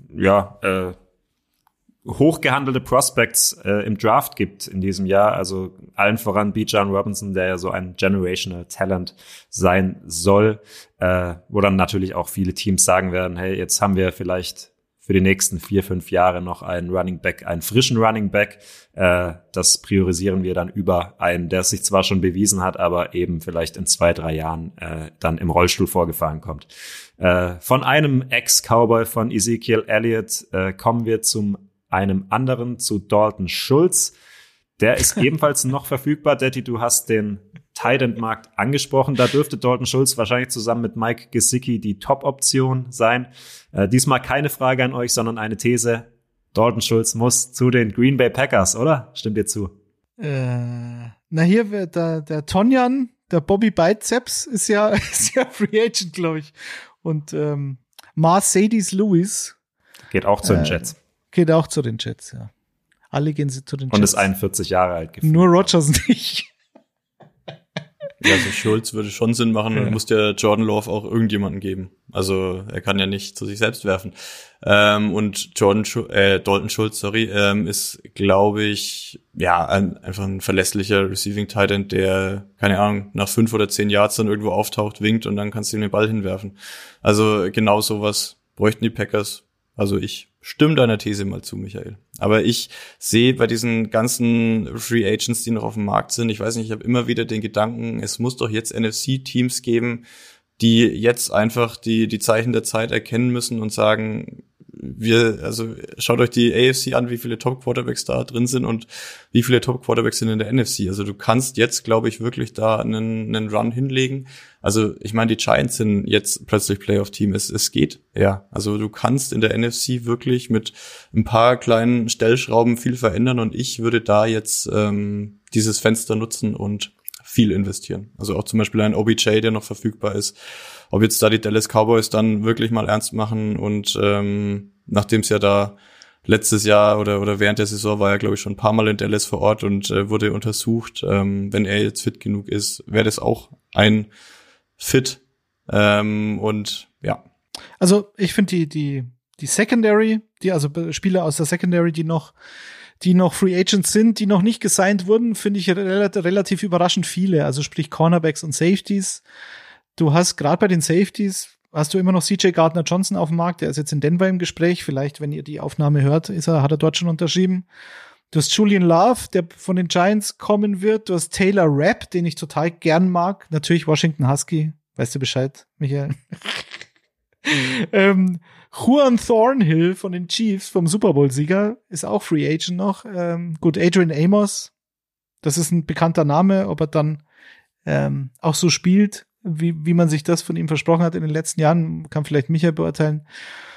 ja äh, hochgehandelte Prospects äh, im Draft gibt in diesem Jahr, also allen voran Bijan Robinson, der ja so ein Generational Talent sein soll, äh, wo dann natürlich auch viele Teams sagen werden, hey, jetzt haben wir vielleicht für die nächsten vier, fünf Jahre noch einen Running Back, einen frischen Running Back, äh, das priorisieren wir dann über einen, der sich zwar schon bewiesen hat, aber eben vielleicht in zwei, drei Jahren äh, dann im Rollstuhl vorgefahren kommt. Äh, von einem Ex-Cowboy von Ezekiel Elliott äh, kommen wir zum einem anderen, zu Dalton Schultz. Der ist ebenfalls noch verfügbar. Daddy, du hast den Tight End Markt angesprochen. Da dürfte Dalton Schultz wahrscheinlich zusammen mit Mike Gesicki die Top-Option sein. Äh, diesmal keine Frage an euch, sondern eine These. Dalton Schultz muss zu den Green Bay Packers, oder? Stimmt ihr zu? Äh, na hier, der, der Tonyan, der Bobby Biceps ist ja, ist ja Free Agent, glaube ich. Und ähm, Mercedes Lewis geht auch zu den äh, Jets. Geht auch zu den Jets, ja. Alle gehen sie zu den Jets. Und ist einundvierzig Jahre alt gefühlt. Nur Rodgers nicht. Ja, also Schultz würde schon Sinn machen, ja. Und muss der Jordan Love auch irgendjemanden geben. Also er kann ja nicht zu sich selbst werfen. Ähm, und Jordan Schu- äh, Dalton Schultz, sorry, ähm, ist, glaube ich, ja, ein, einfach ein verlässlicher Receiving Tight End, der, keine Ahnung, nach fünf oder zehn Yards dann irgendwo auftaucht, winkt und dann kannst du ihm den Ball hinwerfen. Also genau sowas bräuchten die Packers. Also ich stimme deiner These mal zu, Michael. Aber ich sehe bei diesen ganzen Free Agents, die noch auf dem Markt sind, ich weiß nicht, ich habe immer wieder den Gedanken, es muss doch jetzt N F C-Teams geben, die jetzt einfach die die Zeichen der Zeit erkennen müssen und sagen, wir, also schaut euch die A F C an, wie viele Top-Quarterbacks da drin sind und wie viele Top-Quarterbacks sind in der N F C. Also du kannst jetzt, glaube ich, wirklich da einen, einen Run hinlegen. Also ich meine, die Giants sind jetzt plötzlich Playoff-Team. Es, es geht, ja. Also du kannst in der N F C wirklich mit ein paar kleinen Stellschrauben viel verändern und ich würde da jetzt ähm, dieses Fenster nutzen und viel investieren. Also auch zum Beispiel ein O B J, der noch verfügbar ist. Ob jetzt da die Dallas Cowboys dann wirklich mal ernst machen und ähm, nachdem es ja da letztes Jahr oder oder während der Saison war er, glaube ich, schon ein paar Mal in Dallas vor Ort und äh, wurde untersucht. Ähm, wenn er jetzt fit genug ist, wäre das auch ein Fit. Ähm, und ja. Also ich finde die die die Secondary, die also Spieler aus der Secondary, die noch die noch Free Agents sind, die noch nicht gesigned wurden, finde ich relativ, relativ überraschend viele. Also sprich Cornerbacks und Safeties. Du hast gerade bei den Safeties, hast du immer noch C J Gardner-Johnson auf dem Markt, der ist jetzt in Denver im Gespräch. Vielleicht, wenn ihr die Aufnahme hört, ist er, hat er dort schon unterschrieben. Du hast Julian Love, der von den Giants kommen wird. Du hast Taylor Rapp, den ich total gern mag. Natürlich Washington Husky. Weißt du Bescheid, Michael? ähm, Juan Thornhill von den Chiefs, vom Super Bowl-Sieger, ist auch Free Agent noch. Ähm, gut, Adrian Amos, das ist ein bekannter Name, ob er dann ähm, auch so spielt, wie wie man sich das von ihm versprochen hat in den letzten Jahren, kann vielleicht Michael beurteilen.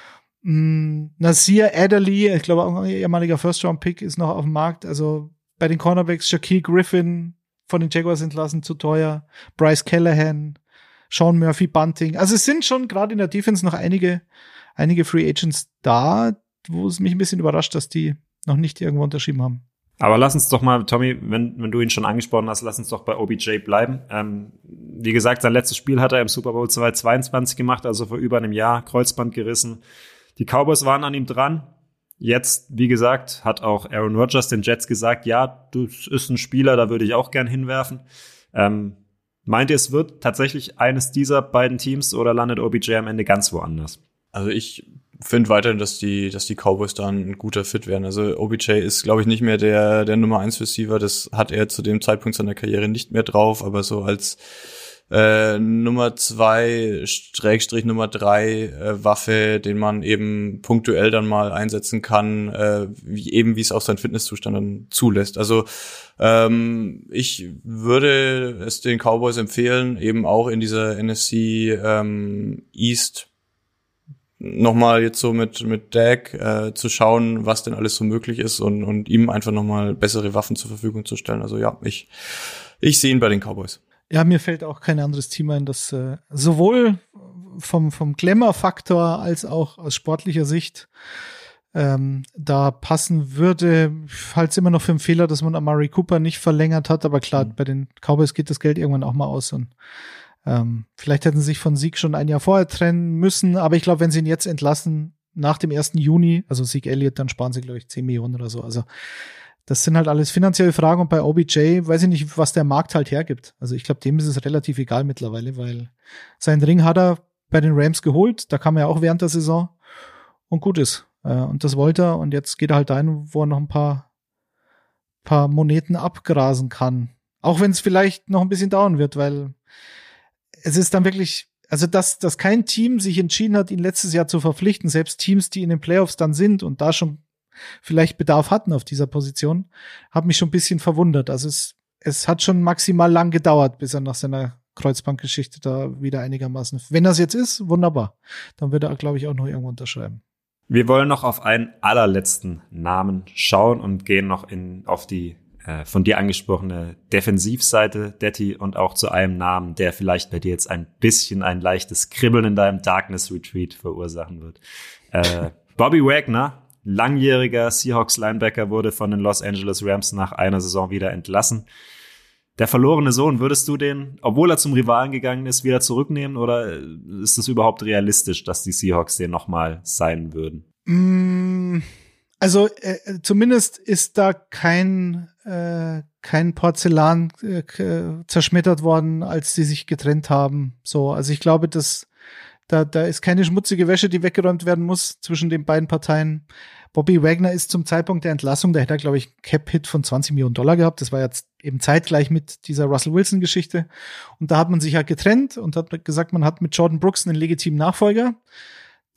Mm, Nasir Adderley, ich glaube auch ein ehemaliger First-Round-Pick, ist noch auf dem Markt. Also bei den Cornerbacks Shaquille Griffin von den Jaguars entlassen, zu teuer. Bryce Callahan, Sean Murphy Bunting. Also es sind schon gerade in der Defense noch einige einige Free Agents da, wo es mich ein bisschen überrascht, dass die noch nicht irgendwo unterschrieben haben. Aber lass uns doch mal, Tommy, wenn, wenn du ihn schon angesprochen hast, lass uns doch bei O B J bleiben. Ähm, wie gesagt, sein letztes Spiel hat er im Super Bowl zweitausendzweiundzwanzig gemacht, also vor über einem Jahr, Kreuzband gerissen. Die Cowboys waren an ihm dran. Jetzt, wie gesagt, hat auch Aaron Rodgers den Jets gesagt, ja, das ist ein Spieler, da würde ich auch gern hinwerfen. Ähm, meint ihr, es wird tatsächlich eines dieser beiden Teams oder landet O B J am Ende ganz woanders? Also ich finde weiterhin, dass die, dass die Cowboys da ein guter Fit werden. Also O B J ist, glaube ich, nicht mehr der, der Nummer eins Receiver. Das hat er zu dem Zeitpunkt seiner Karriere nicht mehr drauf. Aber so als äh, Nummer zwei, Schrägstrich Nummer drei äh, Waffe, den man eben punktuell dann mal einsetzen kann, äh, wie eben wie es auch sein Fitnesszustand dann zulässt. Also ähm, ich würde es den Cowboys empfehlen, eben auch in dieser N F C ähm, East nochmal jetzt so mit mit Dak äh, zu schauen, was denn alles so möglich ist und und ihm einfach nochmal bessere Waffen zur Verfügung zu stellen. Also ja, ich ich sehe ihn bei den Cowboys. Ja, mir fällt auch kein anderes Team ein, das äh, sowohl vom vom Glamour-Faktor als auch aus sportlicher Sicht ähm, da passen würde. Ich halte es immer noch für einen Fehler, dass man Amari Cooper nicht verlängert hat, aber klar, mhm. bei den Cowboys geht das Geld irgendwann auch mal aus und Ähm, vielleicht hätten sie sich von Zeke schon ein Jahr vorher trennen müssen, aber ich glaube, wenn sie ihn jetzt entlassen, nach dem ersten Juni, also Zeke Elliott, dann sparen sie, glaube ich, zehn Millionen oder so. Also das sind halt alles finanzielle Fragen und bei O B J weiß ich nicht, was der Markt halt hergibt. Also ich glaube, dem ist es relativ egal mittlerweile, weil seinen Ring hat er bei den Rams geholt, da kam er auch während der Saison und gut ist. Äh, und das wollte er und jetzt geht er halt dahin, wo er noch ein paar, paar Moneten abgrasen kann. Auch wenn es vielleicht noch ein bisschen dauern wird, weil es ist dann wirklich, also dass, dass kein Team sich entschieden hat, ihn letztes Jahr zu verpflichten, selbst Teams, die in den Playoffs dann sind und da schon vielleicht Bedarf hatten auf dieser Position, hat mich schon ein bisschen verwundert. Also es, es hat schon maximal lang gedauert, bis er nach seiner Kreuzbandgeschichte da wieder einigermaßen, wenn das jetzt ist, wunderbar. Dann wird er, glaube ich, auch noch irgendwo unterschreiben. Wir wollen noch auf einen allerletzten Namen schauen und gehen noch in, auf die von dir angesprochene Defensivseite, Detti, und auch zu einem Namen, der vielleicht bei dir jetzt ein bisschen ein leichtes Kribbeln in deinem Darkness Retreat verursachen wird. Äh, Bobby Wagner, langjähriger Seahawks-Linebacker, wurde von den Los Angeles Rams nach einer Saison wieder entlassen. Der verlorene Sohn, würdest du den, obwohl er zum Rivalen gegangen ist, wieder zurücknehmen oder ist es überhaupt realistisch, dass die Seahawks den nochmal sein würden? Mm. Also äh, zumindest ist da kein äh, kein Porzellan äh, zerschmettert worden, als sie sich getrennt haben. So, also ich glaube, dass da da ist keine schmutzige Wäsche, die weggeräumt werden muss zwischen den beiden Parteien. Bobby Wagner ist zum Zeitpunkt der Entlassung, da hätte er, glaube ich, einen Cap-Hit von zwanzig Millionen Dollar gehabt. Das war jetzt eben zeitgleich mit dieser Russell Wilson-Geschichte. Und da hat man sich halt getrennt und hat gesagt, man hat mit Jordan Brooks einen legitimen Nachfolger.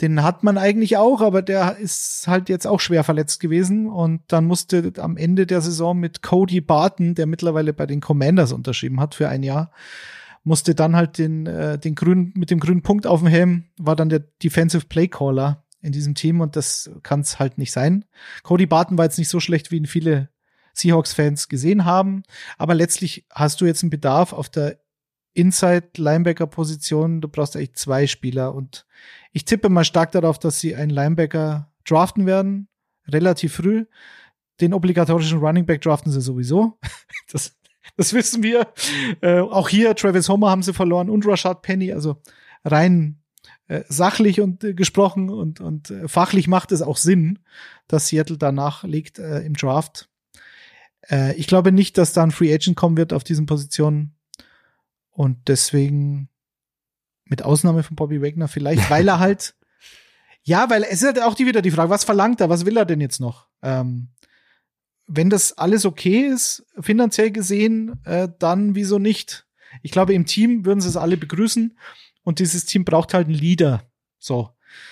den hat man eigentlich auch, aber der ist halt jetzt auch schwer verletzt gewesen und dann musste am Ende der Saison mit Cody Barton, der mittlerweile bei den Commanders unterschrieben hat für ein Jahr, musste dann halt den, äh, den grünen, mit dem grünen Punkt auf dem Helm, war dann der Defensive Play Caller in diesem Team und das kann es halt nicht sein. Cody Barton war jetzt nicht so schlecht, wie ihn viele Seahawks-Fans gesehen haben, aber letztlich hast du jetzt einen Bedarf auf der Inside-Linebacker-Position, du brauchst eigentlich zwei Spieler und ich tippe mal stark darauf, dass sie einen Linebacker draften werden, relativ früh. Den obligatorischen Running Back draften sie sowieso. Das, das wissen wir. Äh, auch hier, Travis Homer haben sie verloren und Rashad Penny, also rein äh, sachlich und äh, gesprochen und, und äh, fachlich macht es auch Sinn, dass Seattle danach liegt äh, im Draft. Äh, ich glaube nicht, dass da ein Free Agent kommen wird auf diesen Positionen. Und deswegen, mit Ausnahme von Bobby Wagner vielleicht, weil er halt, ja, weil es ist halt auch die, wieder die Frage, was verlangt er, was will er denn jetzt noch? Ähm, wenn das alles okay ist, finanziell gesehen, äh, dann wieso nicht? Ich glaube, im Team würden sie es alle begrüßen und dieses Team braucht halt einen Leader. So.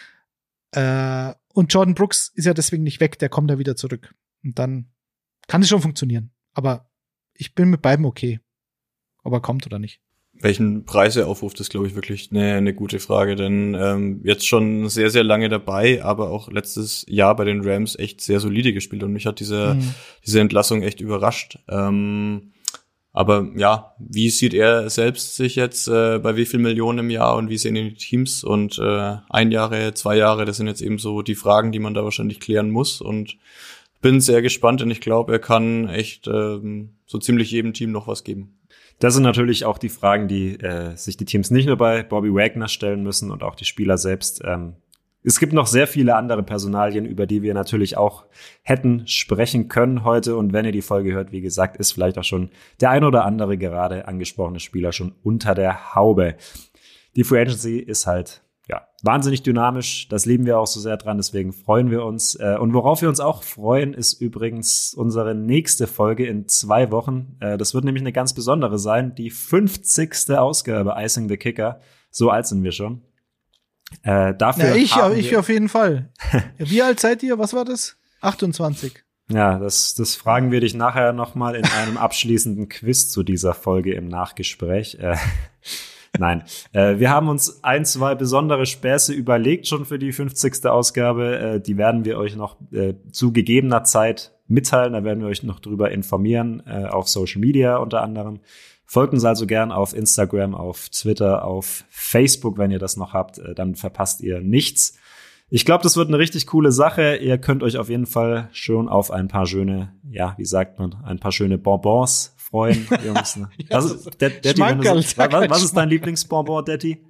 Äh, und Jordan Brooks ist ja deswegen nicht weg, der kommt da wieder zurück. Und dann kann es schon funktionieren. Aber ich bin mit beiden okay. Ob er kommt oder nicht. Welchen Preis er aufruft, ist, glaube ich, wirklich eine, eine gute Frage, denn ähm, jetzt schon sehr, sehr lange dabei, aber auch letztes Jahr bei den Rams echt sehr solide gespielt und mich hat diese, mhm. diese Entlassung echt überrascht. Ähm, aber ja, wie sieht er selbst sich jetzt, äh, bei wie viel Millionen im Jahr und wie sehen die Teams und äh, ein Jahre, zwei Jahre, das sind jetzt eben so die Fragen, die man da wahrscheinlich klären muss und bin sehr gespannt und ich glaube, er kann echt ähm, so ziemlich jedem Team noch was geben. Das sind natürlich auch die Fragen, die äh, sich die Teams nicht nur bei Bobby Wagner stellen müssen und auch die Spieler selbst. Ähm, es gibt noch sehr viele andere Personalien, über die wir natürlich auch hätten sprechen können heute. Und wenn ihr die Folge hört, wie gesagt, ist vielleicht auch schon der ein oder andere gerade angesprochene Spieler schon unter der Haube. Die Free Agency ist halt ja wahnsinnig dynamisch. Das lieben wir auch so sehr dran. Deswegen freuen wir uns. Und worauf wir uns auch freuen, ist übrigens unsere nächste Folge in zwei Wochen. Das wird nämlich eine ganz besondere sein. Die fünfzigste Ausgabe Icing the Kicker. So alt sind wir schon. Äh, dafür ja, ich, haben ich wir auf jeden Fall. Wie alt seid ihr? Was war das? achtundzwanzig. Ja, das, das fragen wir dich nachher noch mal in einem abschließenden Quiz zu dieser Folge im Nachgespräch. Äh, Nein, äh, wir haben uns ein, zwei besondere Späße überlegt schon für die fünfzigste Ausgabe. Äh, die werden wir euch noch äh, zu gegebener Zeit mitteilen. Da werden wir euch noch drüber informieren, äh, auf Social Media unter anderem. Folgt uns also gern auf Instagram, auf Twitter, auf Facebook, wenn ihr das noch habt. Äh, dann verpasst ihr nichts. Ich glaube, das wird eine richtig coole Sache. Ihr könnt euch auf jeden Fall schon auf ein paar schöne, ja, wie sagt man, ein paar schöne Bonbons freuen, Jungs. Ne? ja, was, ist, Daddy, Schmankerl, so, was, was ist dein Lieblingsbonbon, Daddy?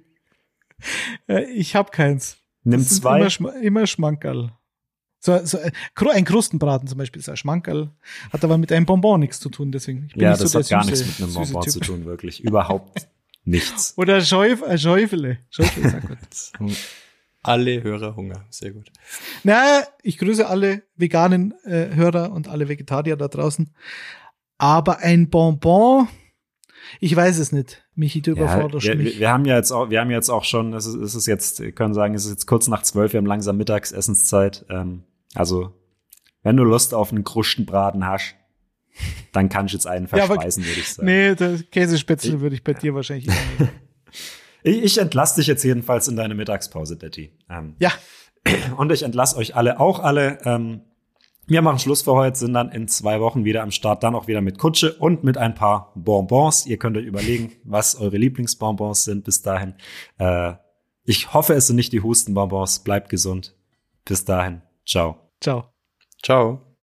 Ich hab keins. Nimm zwei. Immer, Schm- immer Schmankerl. So, so, ein Krustenbraten zum Beispiel ist ein Schmankerl, hat aber mit einem Bonbon nichts zu tun, deswegen. Ich bin ja, nicht das so hat der gar süße, nichts mit einem Bonbon typ. zu tun, wirklich. Überhaupt nichts. Oder Schäuf, ein Schäufele. Schäufele ist auch gut. Alle Hörer Hunger, sehr gut. Na, ich grüße alle veganen äh, Hörer und alle Vegetarier da draußen. Aber ein Bonbon, ich weiß es nicht. Michi, du überforderst ja, wir, mich. Wir haben ja jetzt auch, wir haben jetzt auch schon, es ist, es ist jetzt, wir können sagen, es ist jetzt kurz nach zwölf, wir haben langsam Mittagsessenszeit. Ähm, also, wenn du Lust auf einen Krustenbraten hast, dann kann ich jetzt einen verspeisen, ja, würde ich sagen. Nee, der Käsespätzle würde ich bei dir wahrscheinlich immer nehmen. Ich, ich entlasse dich jetzt jedenfalls in deine Mittagspause, Detti. Ähm, ja. Und ich entlasse euch alle auch alle. Ähm, wir machen Schluss für heute, sind dann in zwei Wochen wieder am Start, dann auch wieder mit Kutsche und mit ein paar Bonbons. Ihr könnt euch überlegen, was eure Lieblingsbonbons sind bis dahin. Äh, ich hoffe, es sind nicht die Hustenbonbons. Bleibt gesund. Bis dahin. Ciao. Ciao. Ciao.